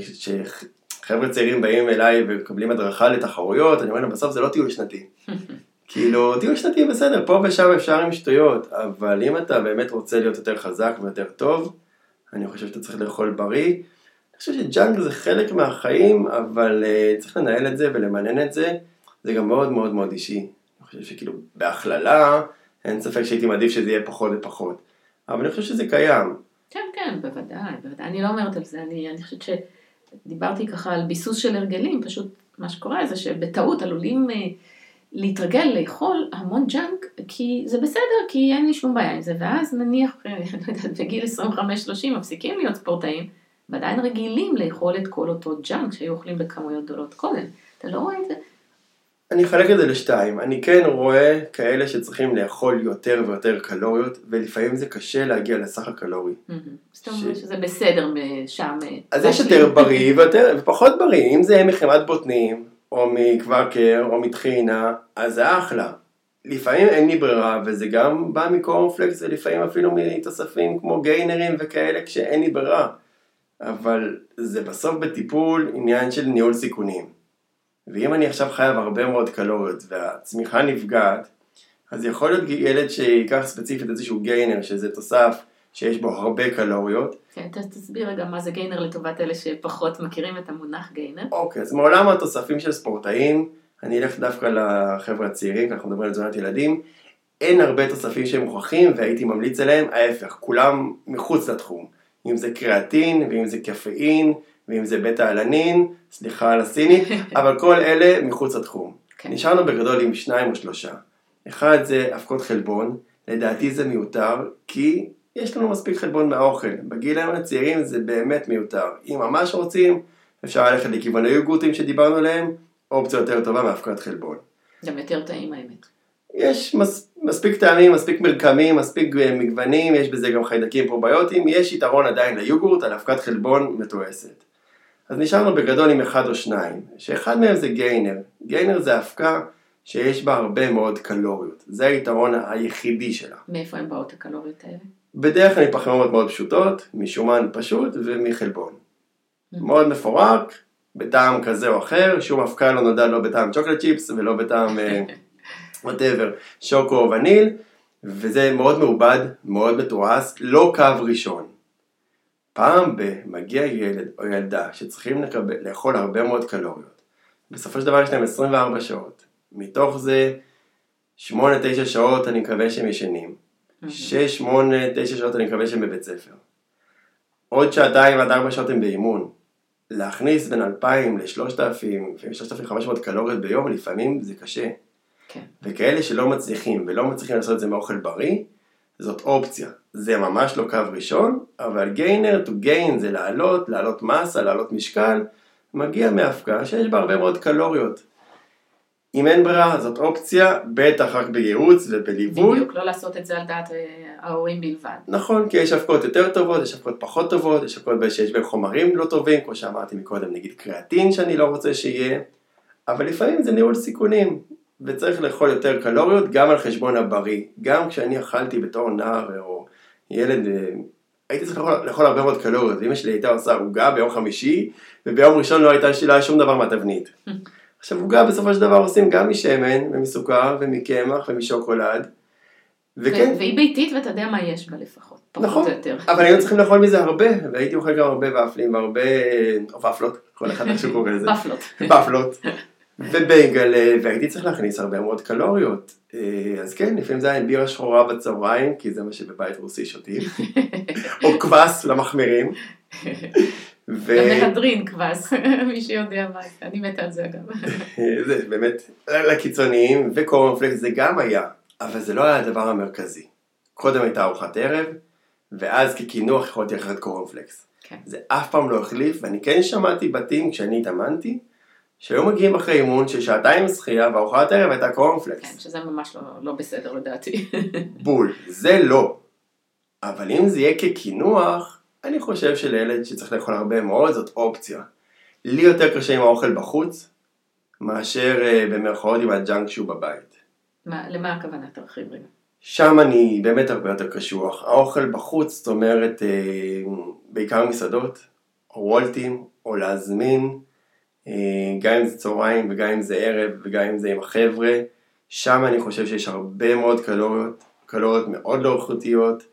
כשחבר'ה צעירים באים אליי ומקבלים הדרכה לתחרויות, אני אומר, בסוף זה לא טיול שנתי. כאילו, טיול שנתי בסדר, פה ושם אפשר עם שטויות, אבל אם אתה באמת רוצה להיות יותר חזק ויותר טוב, אני חושב שאתה צריך לאכול בריא. אני חושב שג'אנק זה חלק מהחיים, אבל צריך לנהל את זה ולמנן את זה. זה גם מאוד מאוד מאוד אישי. אני חושב שכאילו, בהכללה, אין ספק שהייתי מעדיף שזה יהיה פחות ופחות. אבל אני חושב שזה קיים. כן, כן, בוודאי. אני לא אומרת על זה, אני חושבת שדיברתי ככה על ביסוס של הרגלים, פשוט מה שקורה זה שבטעות עלולים להתרגל לאכול המון ג'אנק, כי זה בסדר, כי אין לי שום בעיה עם זה, ואז נניח, לא יודעת, בגיל 25-30 מפסיקים להיות ספורטאים, ועדיין רגילים לאכול את כל אותו ג'אנק שהיו אוכלים בכמויות גדולות קודם. אתה לא רואה את זה? אני אחלק את זה לשתיים. אני כן רואה כאלה שצריכים לאכול יותר ויותר קלוריות, ולפעמים זה קשה להגיע לסך הקלורי. זאת אומרת שזה בסדר שם. אז יש יותר בריא ופחות בריא. אם זה מחמת בוטנים, או מקוואקר, או מתחינה, אז זה אחלה. לפעמים אין לי ברירה, וזה גם בא מקורנפלקס, ולפעמים אפילו מתוספים כמו גיינרים וכאלה, כשאין לי ברירה. אבל זה בסוף בטיפול עניין של ניהול סיכונים. ואם אני עכשיו חייב הרבה מאוד קלוריות, והצמיחה נפגעת, אז יכול להיות ילד שיקח ספציפית איזשהו גיינר, שזה תוסף שיש בו הרבה קלוריות. כן, תסביר רגע מה זה גיינר לטובת אלה שפחות מכירים את המונח גיינר. אוקיי, אז מעולם התוספים של ספורטאים, אני אלך דווקא לחבר'ה הצעירים, כי אנחנו מדברים על תזונת ילדים, אין הרבה תוספים שהם מוכחים, והייתי ממליץ עליהם, ההפך, כולם מחוץ לתחום. אם זה קריאטין, ואם זה קפאין, ואם זה בטא-אלנין, סליחה על הסינית, אבל כל אלה מחוץ לתחום. כן. נשארנו בגדול עם 2 או 3. אחד זה אבקות חלבון, לדעתי זה מיותר, כי יש לנו מספיק חלבון מהאוכל. בגילאים הצעירים זה באמת מיותר. אם ממש רוצים, אפשר ללכת לכיוון היוגורטים שדיברנו עליהם, אופציה יותר טובה מאבקת חלבון. גם יותר טעים האמת. יש מספיק טעמים, מספיק מרקמים, מספיק מגוונים, יש בזה גם חיידקים פרוביוטיים, יש יתרון עדיין ליוגורט על אבקת חלבון מתועסת. אז נשארנו בגדול עם 1 או 2, שאחד מהם זה גיינר. גיינר זה אבקה שיש בה הרבה מאוד קלוריות. זה היתרון היחידי שלה. מאיפה הן באות הקלוריות האלה? בדרך כלל מפחמימות מאוד פשוטות, משומן פשוט ומחלבון. מאוד מפורק, בטעם כזה או אחר, שום אבקה לא נודע לא בטעם צ'וקולד צ'יפס ולא בטעם whatever, שוקו או וניל, וזה מאוד מעובד, מאוד מתועש, לא קו ראשון. פעם מגיע ילד או ילדה שצריכים לאכול הרבה מאוד קלוריות. בסופו של דבר יש להם 24 שעות. מתוך זה 8-9 שעות אני מקווה שהם ישנים. 6-8-9 שעות אני מקווה שהם בבית ספר. עוד 2 עד 4 שעות הם באימון. להכניס בין 2,000 ל-3,000 ו-3,500 קלוריות ביום, לפעמים זה קשה. כן. וכאלה שלא מצליחים ולא מצליחים לעשות את זה מאוכל בריא, זאת אופציה. זה ממש לא קו ראשון, אבל גיינר to gain זה לעלות מסה, לעלות משקל, מגיע מאבקה שיש בה הרבה מאוד קלוריות. אם אין ברירה, זאת אופציה, בטח רק בייעוץ ובליווי. בדיוק, לא לעשות את זה על דעת ההורים בלבד. נכון, כי יש הפקות יותר טובות, יש הפקות פחות טובות, יש הפקות שיש בהם חומרים לא טובים, כמו שאמרתי מקודם, נגיד קריאטין שאני לא רוצה שיהיה, אבל לפעמים זה ניהול סיכונים, וצריך לאכול יותר קלוריות גם על חשבון הבריא. גם כשאני אכלתי בתור נער או ילד, הייתי צריך לאכול הרבה מאוד קלוריות, ואמא שלי הייתה עושה עוגה ביום חמישי, וביום ראשון לא הייתה שלה שום דבר מהתבנית. עכשיו עוגה בסופו של דבר עושים גם משמן, ומסוכר, ומקמח, ומשוקולד. וכן. והיא ביתית ואתה יודע מה יש בה לפחות, נכון, פחות או יותר. אבל היינו צריכים לאכול מזה הרבה, והייתי אוכל גם הרבה ופלים, והרבה, או ופלות, כל אחד איך שהוא קורא לזה. ופלות. ופלות. ובייגל, והייתי צריך להכניס הרבה מאוד קלוריות. אז כן, לפעמים זה היה בירה שחורה בצהריים, כי זה מה שבבית רוסי שותים. או כבס למחמירים. למהדרין כבס, מי שיודע מה, אני מתה על זה אגב. זה באמת לקיצוניים, וקורנפלקס זה גם היה, אבל זה לא היה הדבר המרכזי. קודם הייתה ארוחת ערב, ואז כקינוח יכולתי לקחת קורנפלקס. זה אף פעם לא החליף, ואני כן שמעתי בתים כשאני התאמנתי, שהיו מגיעים אחרי אימון של שעתיים שחייה, וארוחת ערב הייתה קורנפלקס. כן, שזה ממש לא בסדר לדעתי. בול, זה לא. אבל אם זה יהיה כקינוח, אני חושב שלילד שצריך לאכול הרבה מאוד, זאת אופציה. לי יותר קשה עם האוכל בחוץ, מאשר במרכאות עם הג'אנק שהוא בבית. למה הכוונה? תרחיב רגע. שם אני באמת הרבה יותר קשוח. האוכל בחוץ, זאת אומרת, בעיקר מסעדות, או וולטים, או להזמין, גם אם זה צהריים וגם אם זה ערב וגם אם זה עם החבר'ה, שם אני חושב שיש הרבה מאוד קלוריות מאוד לא איכותיות,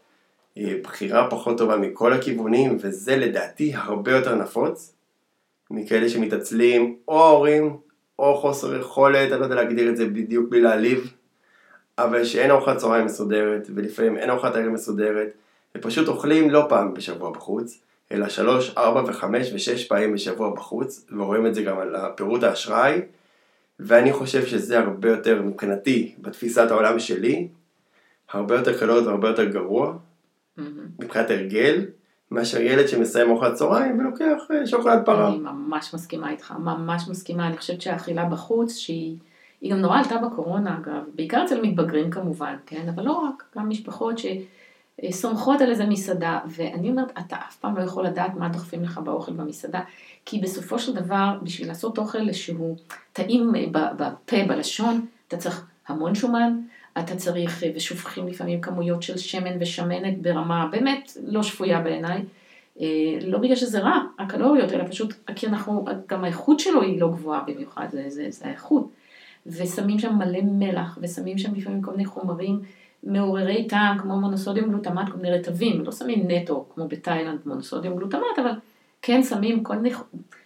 בחירה פחות טובה מכל הכיוונים, וזה לדעתי הרבה יותר נפוץ מכאלה שמתעצלים או ההורים או חוסר יכולת, אני לא יודע להגדיר את זה בדיוק בלי להעליב, אבל שאין ארוחת צהריים מסודרת ולפעמים אין ארוחת ערב מסודרת, ופשוט אוכלים לא פעם בשבוע בחוץ, אלא 3, 4 ו5 ו6 פעמים בשבוע בחוץ, ורואים את זה גם על פירוט האשראי, ואני חושב שזה הרבה יותר מבחינתי, בתפיסת העולם שלי, הרבה יותר קלוריות והרבה יותר גרוע, מבחינת הרגל, מאשר ילד שמסיים ארוחת צהריים ולוקח שוקולד פרה. אני ממש מסכימה איתך, ממש מסכימה, אני חושבת שהאכילה בחוץ, שהיא גם נורא עלתה בקורונה אגב, בעיקר אצל מתבגרים כמובן, כן? אבל לא רק, גם משפחות סומכות על איזה מסעדה, ואני אומרת, אתה אף פעם לא יכול לדעת מה דוחפים לך באוכל במסעדה, כי בסופו של דבר, בשביל לעשות אוכל שהוא טעים בפה, בלשון, אתה צריך המון שומן, אתה צריך, ושופכים לפעמים כמויות של שמן ושמנת ברמה באמת לא שפויה בעיניי, לא בגלל שזה רע, הקלוריות, אלא פשוט, כי גם האיכות שלו היא לא גבוהה במיוחד, זה האיכות, ושמים שם מלא מלח, ושמים שם לפעמים כל מיני חומרים, מעוררי טעם, כמו מונוסודיום גלוטמט, כל מיני רטבים, לא שמים נטו, כמו בתאילנד, מונוסודיום גלוטמט, אבל כן שמים כל מיני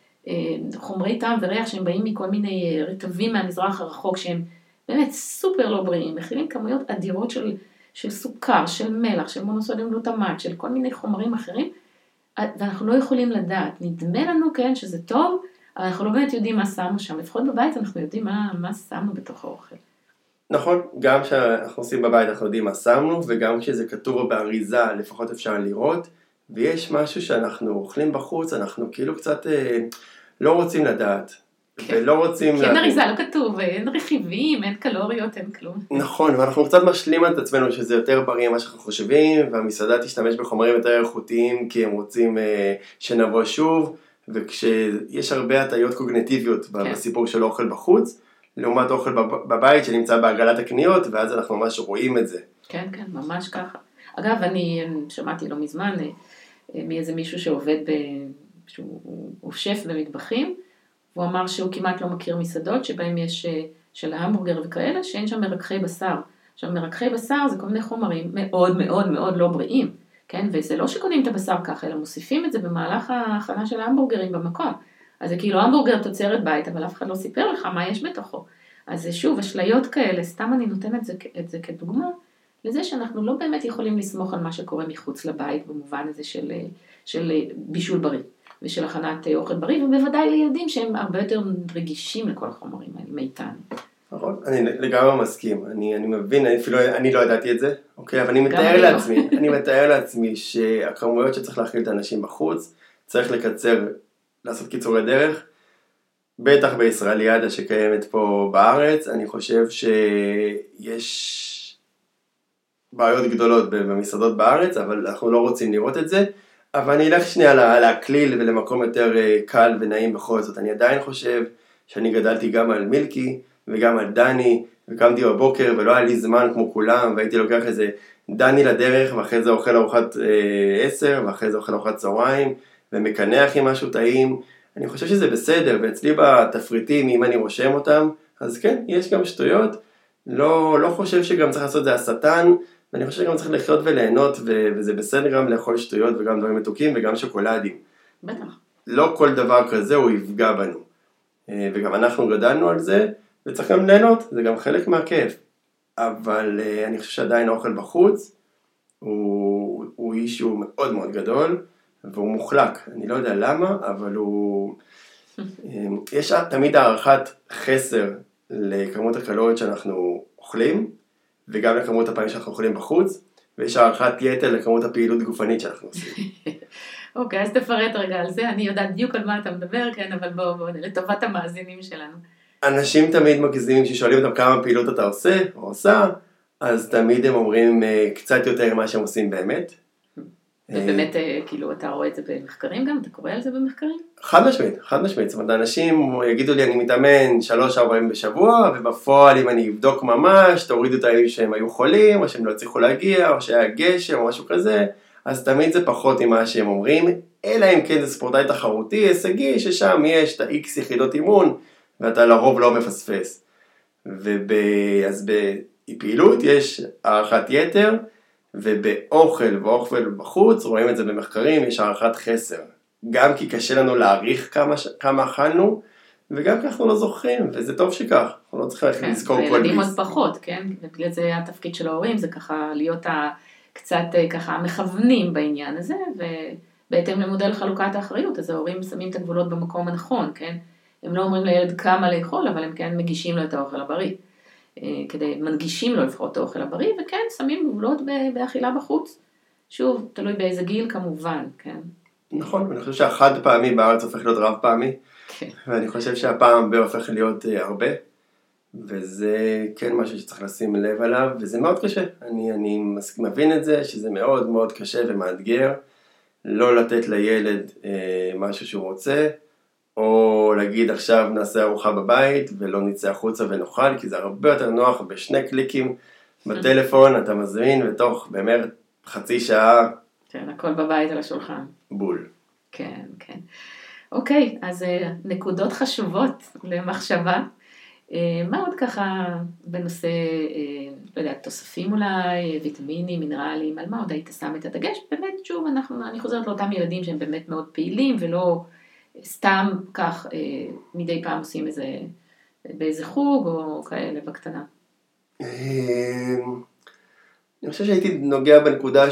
חומרי טעם וריח, שהם באים מכל מיני רטבים מהמזרח הרחוק, שהם באמת סופר לא בריאים, מכילים כמויות אדירות של סוכר, של מלח, של מונוסודיום גלוטמט, של כל מיני חומרים אחרים, ואנחנו לא יכולים לדעת, נדמה לנו כן שזה טוב, אבל אנחנו לא באמת יודעים מה שמו שם, לפחות בבית אנחנו יודעים מה שמו בתוך האוכל. נכון, גם כשאנחנו עושים בבית אנחנו יודעים מה שמנו, וגם כשזה כתוב באריזה לפחות אפשר לראות, ויש משהו שאנחנו אוכלים בחוץ, אנחנו כאילו קצת לא רוצים לדעת, ולא רוצים... כי אין אריזה, לא כתוב, אין רכיבים, אין קלוריות, אין כלום. נכון, ואנחנו קצת משלים את עצמנו שזה יותר בריא ממה שאנחנו חושבים, והמסעדה תשתמש בחומרים יותר איכותיים, כי הם רוצים שנבוא שוב, וכשיש הרבה הטיות קוגניטיביות בסיפור של אוכל בחוץ, לעומת אוכל בבית שנמצא בעגלת הקניות, ואז אנחנו ממש רואים את זה. כן, כן, ממש ככה. אגב, אני שמעתי לא מזמן מאיזה מישהו שעובד, שהוא שף במטבחים, והוא אמר שהוא כמעט לא מכיר מסעדות, שבהם יש של ההמבורגר וכאלה, שאין שם מרככי בשר. עכשיו, מרככי בשר זה כל מיני חומרים מאוד מאוד מאוד לא בריאים, כן? וזה לא שקונים את הבשר ככה, אלא מוסיפים את זה במהלך ההכנה של ההמבורגרים במקום. אז זה כאילו המבורגר תוצרת בית, אבל אף אחד לא סיפר לך מה יש בתוכו. אז זה שוב, אשליות כאלה, סתם אני נותנת את זה כדוגמה, לזה שאנחנו לא באמת יכולים לסמוך על מה שקורה מחוץ לבית, במובן הזה של בישול בריא, ושל הכנת אוכל בריא, ובוודאי לילדים שהם הרבה יותר רגישים לכל החומרים האלה, מאיתנו. נכון, אני לגמרי מסכים, אני מבין, אפילו אני לא ידעתי את זה, אוקיי, אבל אני מתאר לעצמי שהכמויות שצריך להכיל את האנשים בחוץ, צריך לקצר, לעשות קיצורי דרך, בטח בישראליאדה שקיימת פה בארץ, אני חושב שיש בעיות גדולות במסעדות בארץ, אבל אנחנו לא רוצים לראות את זה. אבל אני אלך שנייה להקליל ולמקום יותר קל ונעים בכל זאת. אני עדיין חושב שאני גדלתי גם על מילקי וגם על דני, וקמתי בבוקר ולא היה לי זמן כמו כולם, והייתי לוקח איזה דני לדרך, ואחרי זה אוכל ארוחת 10, ואחרי זה אוכל ארוחת צהריים, ומקנח עם משהו טעים. אני חושב שזה בסדר, ואצלי בתפריטים, אם אני רושם אותם, אז כן, יש גם שטויות. לא חושב שגם צריך לעשות את זה השטן, ואני חושב שגם צריך לחיות וליהנות, וזה בסדר גם לאכול שטויות וגם דברים מתוקים וגם שוקולדים. בטח. לא כל דבר כזה הוא יפגע בנו. וגם אנחנו גדלנו על זה, וצריך גם ליהנות, זה גם חלק מהכיף. אבל אני חושב שעדיין האוכל בחוץ, הוא אישו מאוד מאוד גדול, והוא מוחלק. אני לא יודע למה, אבל יש תמיד הערכת חסר לכמות הקלוריות שאנחנו אוכלים, וגם לכמות הפעמים שאנחנו אוכלים בחוץ, ויש הערכת יתר לכמות הפעילות גופנית שאנחנו עושים. אוקיי, אז תפרט רגע על זה, אני יודעת בדיוק על מה אתה מדבר, כן, אבל בואו, לטובת המאזינים שלנו. אנשים תמיד מגזימים ששואלים אותם כמה פעילות אתה עושה או עושה, אז תמיד הם אומרים קצת יותר ממה שהם עושים באמת. ובאמת, כאילו, אתה רואה את זה במחקרים גם? אתה קורא על זה במחקרים? חד משמעית. זאת אומרת, אנשים יגידו לי, אני מתאמן 3-4 ימים בשבוע, ובפועל, אם אני אבדוק ממש, תורידו את הימים שהם היו חולים, או שהם לא הצליחו להגיע, או שהיה גשם, או משהו כזה, אז תמיד זה פחות ממה שהם אומרים, אלא אם כן זה ספורטאי תחרותי, הישגי, ששם יש את ה-X יחידות אימון, ואתה לרוב לא מפספס. אז בפעילות יש הערכת יתר, ובאוכל ואוכל בחוץ, רואים את זה במחקרים, יש הערכת חסר. גם כי קשה לנו להעריך כמה אכלנו, וגם כי אנחנו לא זוכרים, וזה טוב שכך. אנחנו לא צריכים לזכור כל ביס. וילדים עוד פחות, כן? ובגלל זה התפקיד של ההורים, זה ככה להיות קצת ככה מכוונים בעניין הזה, ובהתאם למודל חלוקת האחריות, אז ההורים שמים את הגבולות במקום הנכון, כן? הם לא אומרים לילד כמה לאכול, אבל הם כן מגישים לו את האוכל הבריא. מנגישים לו לפחות את האוכל הבריא, וכן, שמים גבולות באכילה בחוץ. שוב, תלוי באיזה גיל כמובן, כן? נכון, אני חושב שהחד פעמי בארץ הופך להיות רב פעמי, כן. ואני חושב שהפעם הופך להיות הרבה, וזה כן משהו שצריך לשים לב עליו, וזה מאוד קשה. אני מבין את זה, שזה מאוד מאוד קשה ומאתגר, לא לתת לילד משהו שהוא רוצה, או להגיד עכשיו נעשה ארוחה בבית ולא נצא החוצה ונאכל, כי זה הרבה יותר נוח בשני קליקים בטלפון, אתה מזמין ותוך באמת חצי שעה. כן, הכל בבית על השולחן. בול. כן, כן. אוקיי, אז נקודות חשובות למחשבה. מה עוד ככה בנושא, לא יודע, תוספים אולי, ויטמינים, מינרלים, על מה עוד היית שם את הדגש? באמת, שוב, אני חוזרת לאותם ילדים שהם באמת מאוד פעילים ולא סתם כך מדי פעם עושים באיזה חוג או כאלה בקטנה. אני חושב שהייתי נוגע בנקודה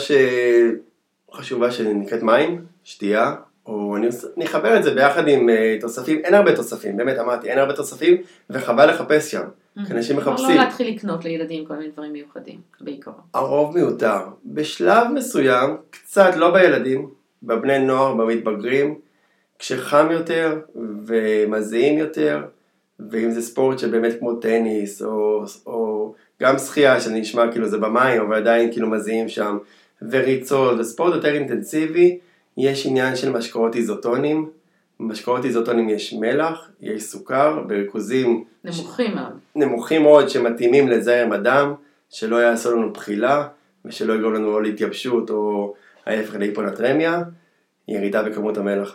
חשובה שנקראת מים, שתייה, או אני אחבר את זה ביחד עם תוספים, אין הרבה תוספים, באמת אמרתי, אין הרבה תוספים, וחבל לחפש שם, כי אנשים מחפשים. לא להתחיל לקנות לילדים כל מיני דברים מיוחדים, בעיקר. הרוב מיותר. בשלב מסוים, קצת לא בילדים, בבני נוער, במתבגרים, כשחם יותר ומזיעים יותר, ואם זה ספורט שבאמת כמו טניס, או גם שחייה, שאני נשמע כאילו זה במים, אבל עדיין כאילו מזיעים שם, וריצות, וספורט יותר אינטנסיבי, יש עניין של משקאות איזוטונים. במשקאות איזוטונים יש מלח, יש סוכר, בריכוזים נמוכים מאוד שמתאימים לזרם הדם, שלא יעשו לנו בחילה, ושלא יגרום לנו או להתייבשות, או ההפך להיפונטרמיה, ירידה בכמות המלח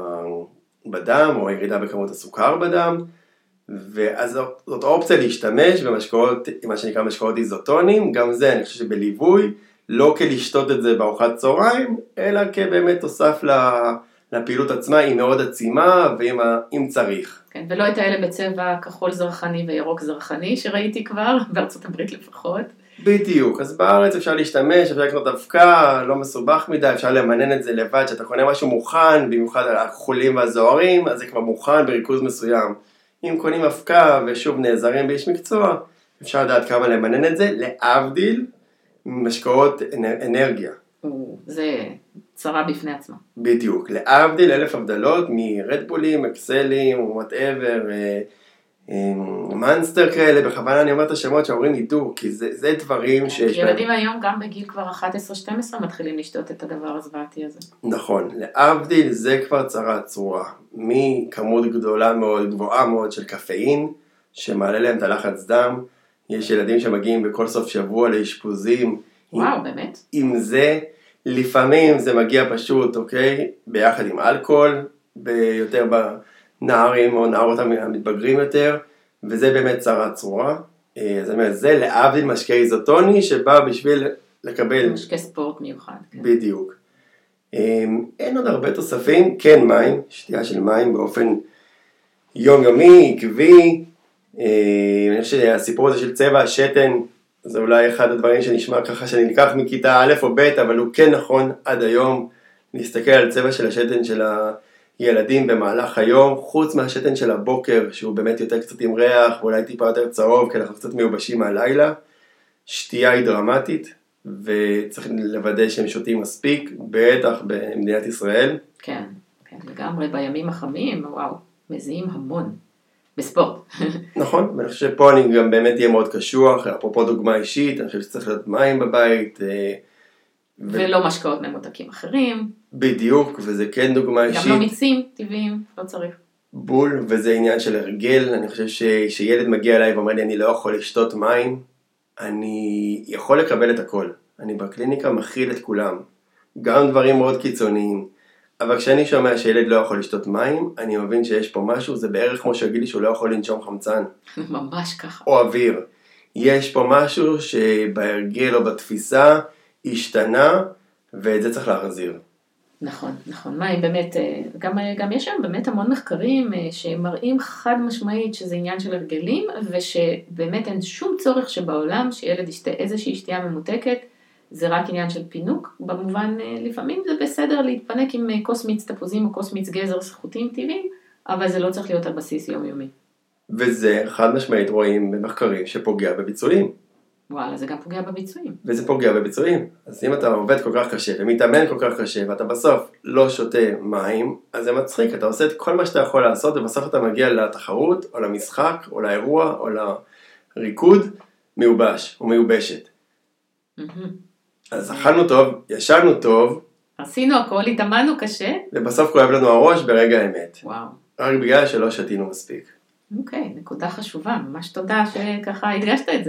בדם, או ירידה בכמות הסוכר בדם, ואז זאת אופציה להשתמש במשקאות, מה שנקרא משקאות איזוטונים, גם זה אני חושב שבליווי, לא כלשתות את זה בארוחת צהריים, אלא כבאמת תוסף לפעילות עצמה, היא מאוד עצימה, ואם צריך. כן, ולא את האלה בצבע כחול זרחני וירוק זרחני, שראיתי כבר, בארצות הברית לפחות. בדיוק, אז בארץ אפשר להשתמש, אפשר לקנות אבקה, לא מסובך מדי, אפשר למנן את זה לבד, שאתה קונה משהו מוכן, במיוחד על הכחולים והזוהרים, אז זה כבר מוכן בריכוז מסוים. אם קונים אבקה ושוב נעזרים באיש מקצוע, אפשר לדעת כמה למנן את זה, להבדיל משקאות אנרגיה. זה צרה בפני עצמה. בדיוק, להבדיל אלף הבדלות מרדבולים, אקסלים, וואטאבר, מנסטר כאלה, בכוונה אני אומר את השמות שההורים ידעו, כי זה דברים שיש כי ילדים היום גם בגיל כבר 11-12 מתחילים לשתות את הדבר הזוועתי הזה. נכון, להבדיל זה כבר צרה צרורה, מכמות גדולה מאוד, גבוהה מאוד של קפאין, שמעלה להם את הלחץ דם, יש ילדים שמגיעים בכל סוף שבוע לאשפוזים. וואו, באמת? עם זה, לפעמים זה מגיע פשוט, אוקיי, ביחד עם אלכוהול, ביותר בנערים או נערות המתבגרים יותר, וזה באמת צרה צרורה. זאת אומרת, זה להבדיל משקה איזוטוני שבא בשביל לקבל... משקה ספורט מיוחד. כן. בדיוק. אין עוד הרבה תוספים, כן מים, שתייה של מים באופן יומיומי, עקבי. אני חושב שהסיפור הזה של צבע השתן, זה אולי אחד הדברים שנשמע ככה שאני ניקח מכיתה א' או ב', אבל הוא כן נכון עד היום להסתכל על צבע של השתן של הילדים במהלך היום, חוץ מהשתן של הבוקר, שהוא באמת יותר קצת עם ריח, ואולי טיפה יותר צהוב, כי אנחנו קצת מיובשים מהלילה. שתייה היא דרמטית, וצריך לוודא שהם שותים מספיק, בטח במדינת ישראל. כן, כן, לגמרי בימים החמים, וואו, מזיעים המון. בספורט. נכון, ואני חושב שפה אני גם באמת אהיה מאוד קשוח, אפרופו דוגמה אישית, אני חושב שצריך להיות מים בבית. ולא משקאות ממותקים אחרים. בדיוק, וזה כן דוגמה אישית. גם לא מיצים טבעיים, לא צריך. בול, וזה עניין של הרגל, אני חושב שילד מגיע אליי ואומר לי, אני לא יכול לשתות מים, אני יכול לקבל את הכל. אני בקליניקה מכיל את כולם, גם דברים מאוד קיצוניים. אבל כשאני שומע שילד לא יכול לשתות מים, אני מבין שיש פה משהו, זה בערך כמו שיגיד לי שהוא לא יכול לנשום חמצן. ממש ככה. או אוויר. יש פה משהו שבהרגל או בתפיסה השתנה, ואת זה צריך להחזיר. נכון, נכון. מים באמת, גם יש שם באמת המון מחקרים שמראים חד משמעית שזה עניין של הרגלים, ושבאמת אין שום צורך שבעולם שילד ישתה איזושהי שתייה ממותקת, זה רק עניין של פינוק, במובן לפעמים זה בסדר להתפנק עם כוס מיץ תפוזים או כוס מיץ גזר סחוטים טבעיים, אבל זה לא צריך להיות על בסיס יומיומי. וזה חד משמעית רואים במחקרים שפוגע בביצועים. וואלה, זה גם פוגע בביצועים. וזה פוגע בביצועים. אז אם אתה עובד כל כך קשה ומתאמן כל כך קשה ואתה בסוף לא שותה מים, אז זה מצחיק, אתה עושה את כל מה שאתה יכול לעשות ובסוף אתה מגיע לתחרות או למשחק או לאירוע או לריקוד מיובש או מיובשת. אז אכלנו טוב, ישנו טוב. עשינו הכל, התאמנו קשה. ובסוף כואב לנו הראש ברגע האמת. וואו. רק בגלל שלא שתינו מספיק. אוקיי, נקודה חשובה, ממש תודה שככה הדגשת את זה.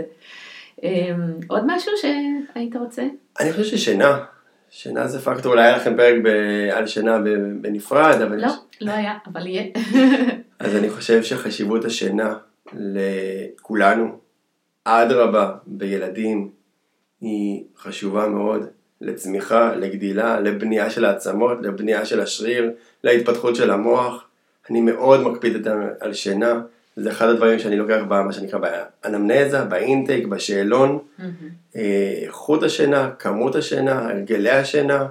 עוד משהו שהיית רוצה? אני חושב ששינה. שינה זה פקטור, אולי היה לכם פרק על שינה בנפרד, אבל... לא, לא היה, אבל יהיה. אז אני חושב שחשיבות השינה לכולנו, אדרבה בילדים, היא חשובה מאוד לצמיחה, לגדילה, לבנייה של העצמות, לבנייה של השריר, להתפתחות של המוח. אני מאוד מקפיד על שינה, זה אחד הדברים שאני לוקח במה שנקרא באנמנזה, באינטייק, בשאלון, איכות השינה, כמות השינה, הרגלי השינה.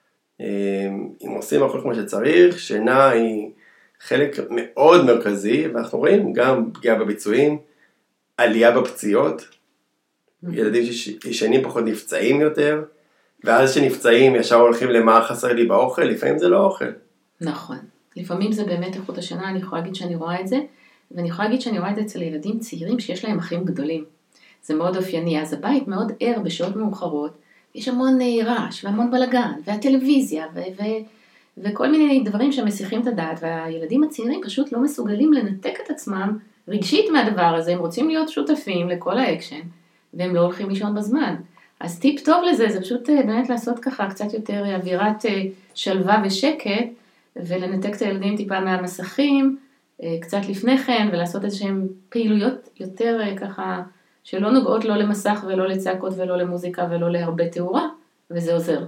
אם עושים הכל כמו שצריך, שינה היא חלק מאוד מרכזי, ואנחנו רואים גם פגיעה בביצועים, עלייה בפציעות, ילדים שישנים פחות נפצעים יותר, ואז שנפצעים ישר הולכים למה חסר לי באוכל, לפעמים זה לא אוכל. נכון, לפעמים זה באמת איכות השינה, אני יכולה להגיד שאני רואה את זה, ואני יכולה להגיד שאני רואה את זה אצל ילדים צעירים שיש להם אחים גדולים. זה מאוד אופייני, אז הבית מאוד ער בשעות מאוחרות, יש המון רעש והמון בלגן, והטלוויזיה וכל מיני דברים שמסיחים את הדעת, והילדים הצעירים פשוט לא מסוגלים לנתק את עצמם רגשית מהדבר הזה, הם רוצים להיות שותפים לכל האקשן, והם לא הולכים לישון בזמן. אז טיפ טוב לזה, זה פשוט באמת לעשות ככה קצת יותר אווירת שלווה ושקט, ולנתק את הילדים טיפה מהמסכים, קצת לפני כן, ולעשות איזשהם פעילויות יותר ככה, שלא נוגעות לא למסך ולא לצעקות ולא למוזיקה ולא להרבה תאורה, וזה עוזר.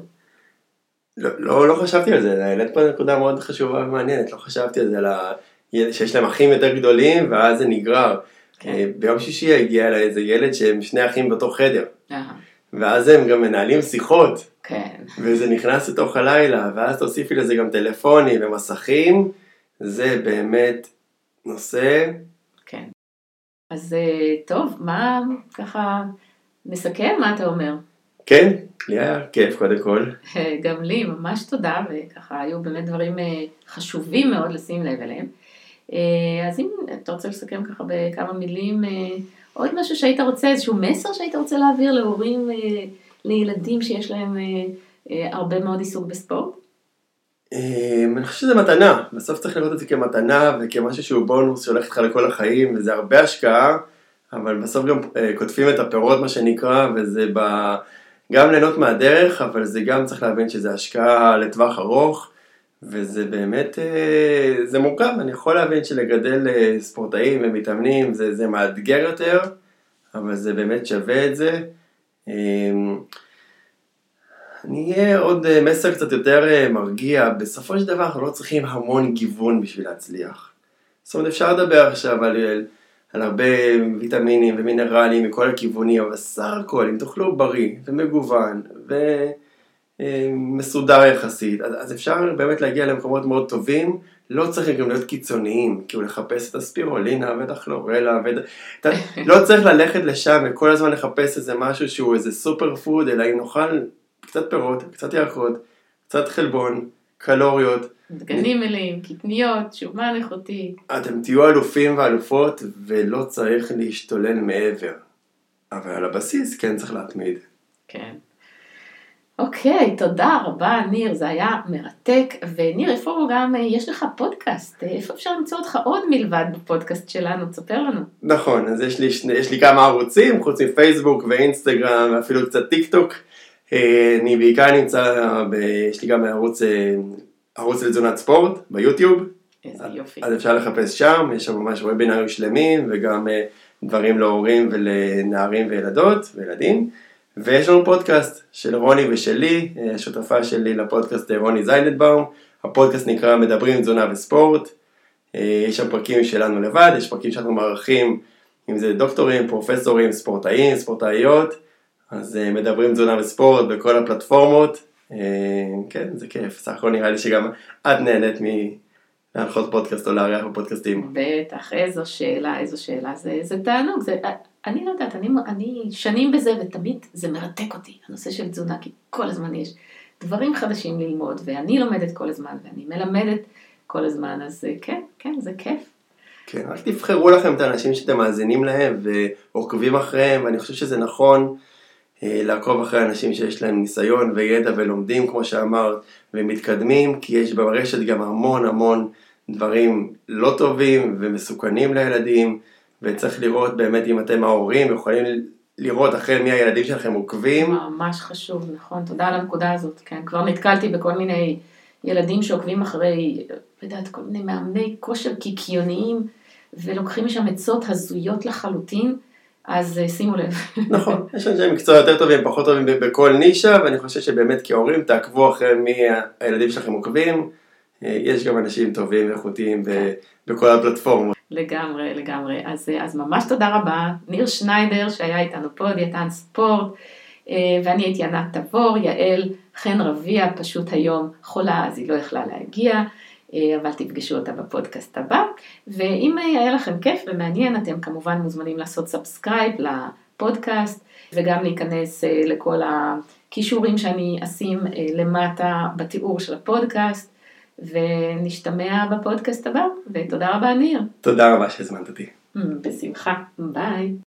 לא חשבתי על זה, העלית פה נקודה מאוד חשובה ומעניינת, לא חשבתי על זה, שיש להם אחים יותר גדולים, ואז זה נגרר. ביום שישי הגיע אליי איזה ילד שהם שני אחים באותו חדר, ואז הם גם מנהלים שיחות, וזה נכנס לתוך הלילה, ואז תוסיפי לזה גם טלפונים ומסכים, זה באמת נושא. כן. אז טוב, מה ככה נסכם, מה אתה אומר? כן, לי היה כיף קודם כל. גם לי, ממש תודה, וככה היו באמת דברים חשובים מאוד לשים לב אליהם. אז אם אתה רוצה לסכם ככה בכמה מילים, עוד משהו שהיית רוצה, איזשהו מסר שהיית רוצה להעביר להורים, לילדים שיש להם הרבה מאוד עיסוק בספורט? אני חושב שזה מתנה, בסוף צריך לראות את זה כמתנה וכמשהו שהוא בונוס שהולך איתך לכל החיים, וזה הרבה השקעה, אבל בסוף גם כותבים את הפירות מה שנקרא, וזה גם ליהנות מהדרך, אבל זה גם צריך להבין שזה השקעה לטווח ארוך, וזה באמת, זה מורכב. אני יכול להבין שלגדל ספורטאים ומתאמנים זה מאתגר יותר, אבל זה באמת שווה את זה. אני אהיה עוד מסר קצת יותר מרגיע, בסופו של דבר אנחנו לא צריכים המון גיוון בשביל להצליח. זאת אומרת, אפשר לדבר עכשיו על הרבה ויטמינים ומינרלים מכל הכיוונים, אבל סך הכל, אם תאכלו בריא ומגוון ומסודר יחסית, אז אפשר באמת להגיע למקומות מאוד טובים, לא צריך גם להיות קיצוניים, כאילו לחפש את הספירולינה ודחלורלה, לא צריך ללכת לשם וכל הזמן לחפש איזה משהו שהוא איזה סופר פוד, אלא אם נאכל קצת פירות, קצת ירקות, קצת חלבון, קלוריות. דגנים מלאים, קטניות, שומן איכותי. אתם תהיו אלופים ואלופות ולא צריך להשתולל מעבר. אבל על הבסיס כן צריך להתמיד. כן. אוקיי, תודה רבה ניר, זה היה מרתק. וניר, איפה גם יש לך פודקאסט? איפה אפשר למצוא אותך עוד מלבד בפודקאסט שלנו? תספר לנו. נכון, אז יש לי כמה ערוצים, חוץ מפייסבוק ואינסטגרם ואפילו קצת טיק טוק. אני בעיקר נמצא, יש לי גם ערוץ לתזונת ספורט ביוטיוב. איזה יופי. אז אפשר לחפש שם, יש שם ממש וובינרים שלמים וגם דברים להורים ולנערים וילדות וילדים. ויש לנו פודקאסט של רוני ושלי, השותפה שלי לפודקאסט רוני זיילנבאום. הפודקאסט נקרא מדברים תזונה וספורט. יש שם פרקים שלנו לבד, יש פרקים שאנחנו מערכים, אם זה דוקטורים, פרופסורים, ספורטאים, ספורטאיות. אז מדברים תזונה וספורט בכל הפלטפורמות. כן, זה כיף. סך הכל נראה לי שגם את נהנית להנחות פודקאסט או לארח בפודקאסטים. בטח, איזו שאלה, זה תענוג. אני לא יודעת, אני שנים בזה ותמיד זה מרתק אותי, הנושא של תזונה, כי כל הזמן יש דברים חדשים ללמוד, ואני לומדת כל הזמן, ואני מלמדת כל הזמן, אז כן, זה כיף. כן, רק תבחרו לכם את האנשים שאתם מאזינים להם ועוקבים אחריהם, ואני חושב שזה נכון לעקוב אחרי אנשים שיש להם ניסיון וידע ולומדים, כמו שאמרת, ומתקדמים, כי יש ברשת גם המון דברים לא טובים ומסוכנים לילדים, וצריך לראות באמת אם אתם ההורים, יכולים לראות אחרי מי הילדים שלכם עוקבים. ממש חשוב, נכון, תודה על הנקודה הזאת, כן, כבר נתקלתי בכל מיני ילדים שעוקבים אחרי, לדעת, כל מיני מאמני כושר קיקיוניים, ולוקחים משם עצות הזויות לחלוטין, אז שימו לב. נכון, יש אנשי מקצוע יותר טובים, פחות טובים בכל נישה, ואני חושב שבאמת כהורים תעקבו אחרי מי הילדים שלכם עוקבים, יש גם אנשים טובים ואיכותיים בכל הפלטפורמות. לגמרי. אז ממש תודה רבה. ניר שניידר שהיה איתנו פה, דיאטן ספורט, ואני הייתי ענת תבור, יעל חן רביע, פשוט היום חולה, אז היא לא יכלה להגיע, אבל תפגשו אותה בפודקאסט הבא. ואם היה לכם כיף ומעניין, אתם כמובן מוזמנים לעשות סאבסקרייב לפודקאסט, וגם להיכנס לכל הכישורים שאני אשים למטה בתיאור של הפודקאסט, ונשתמע בפודקאסט הבא, ותודה רבה ניר. תודה רבה שהזמנת אותי. בשמחה, ביי.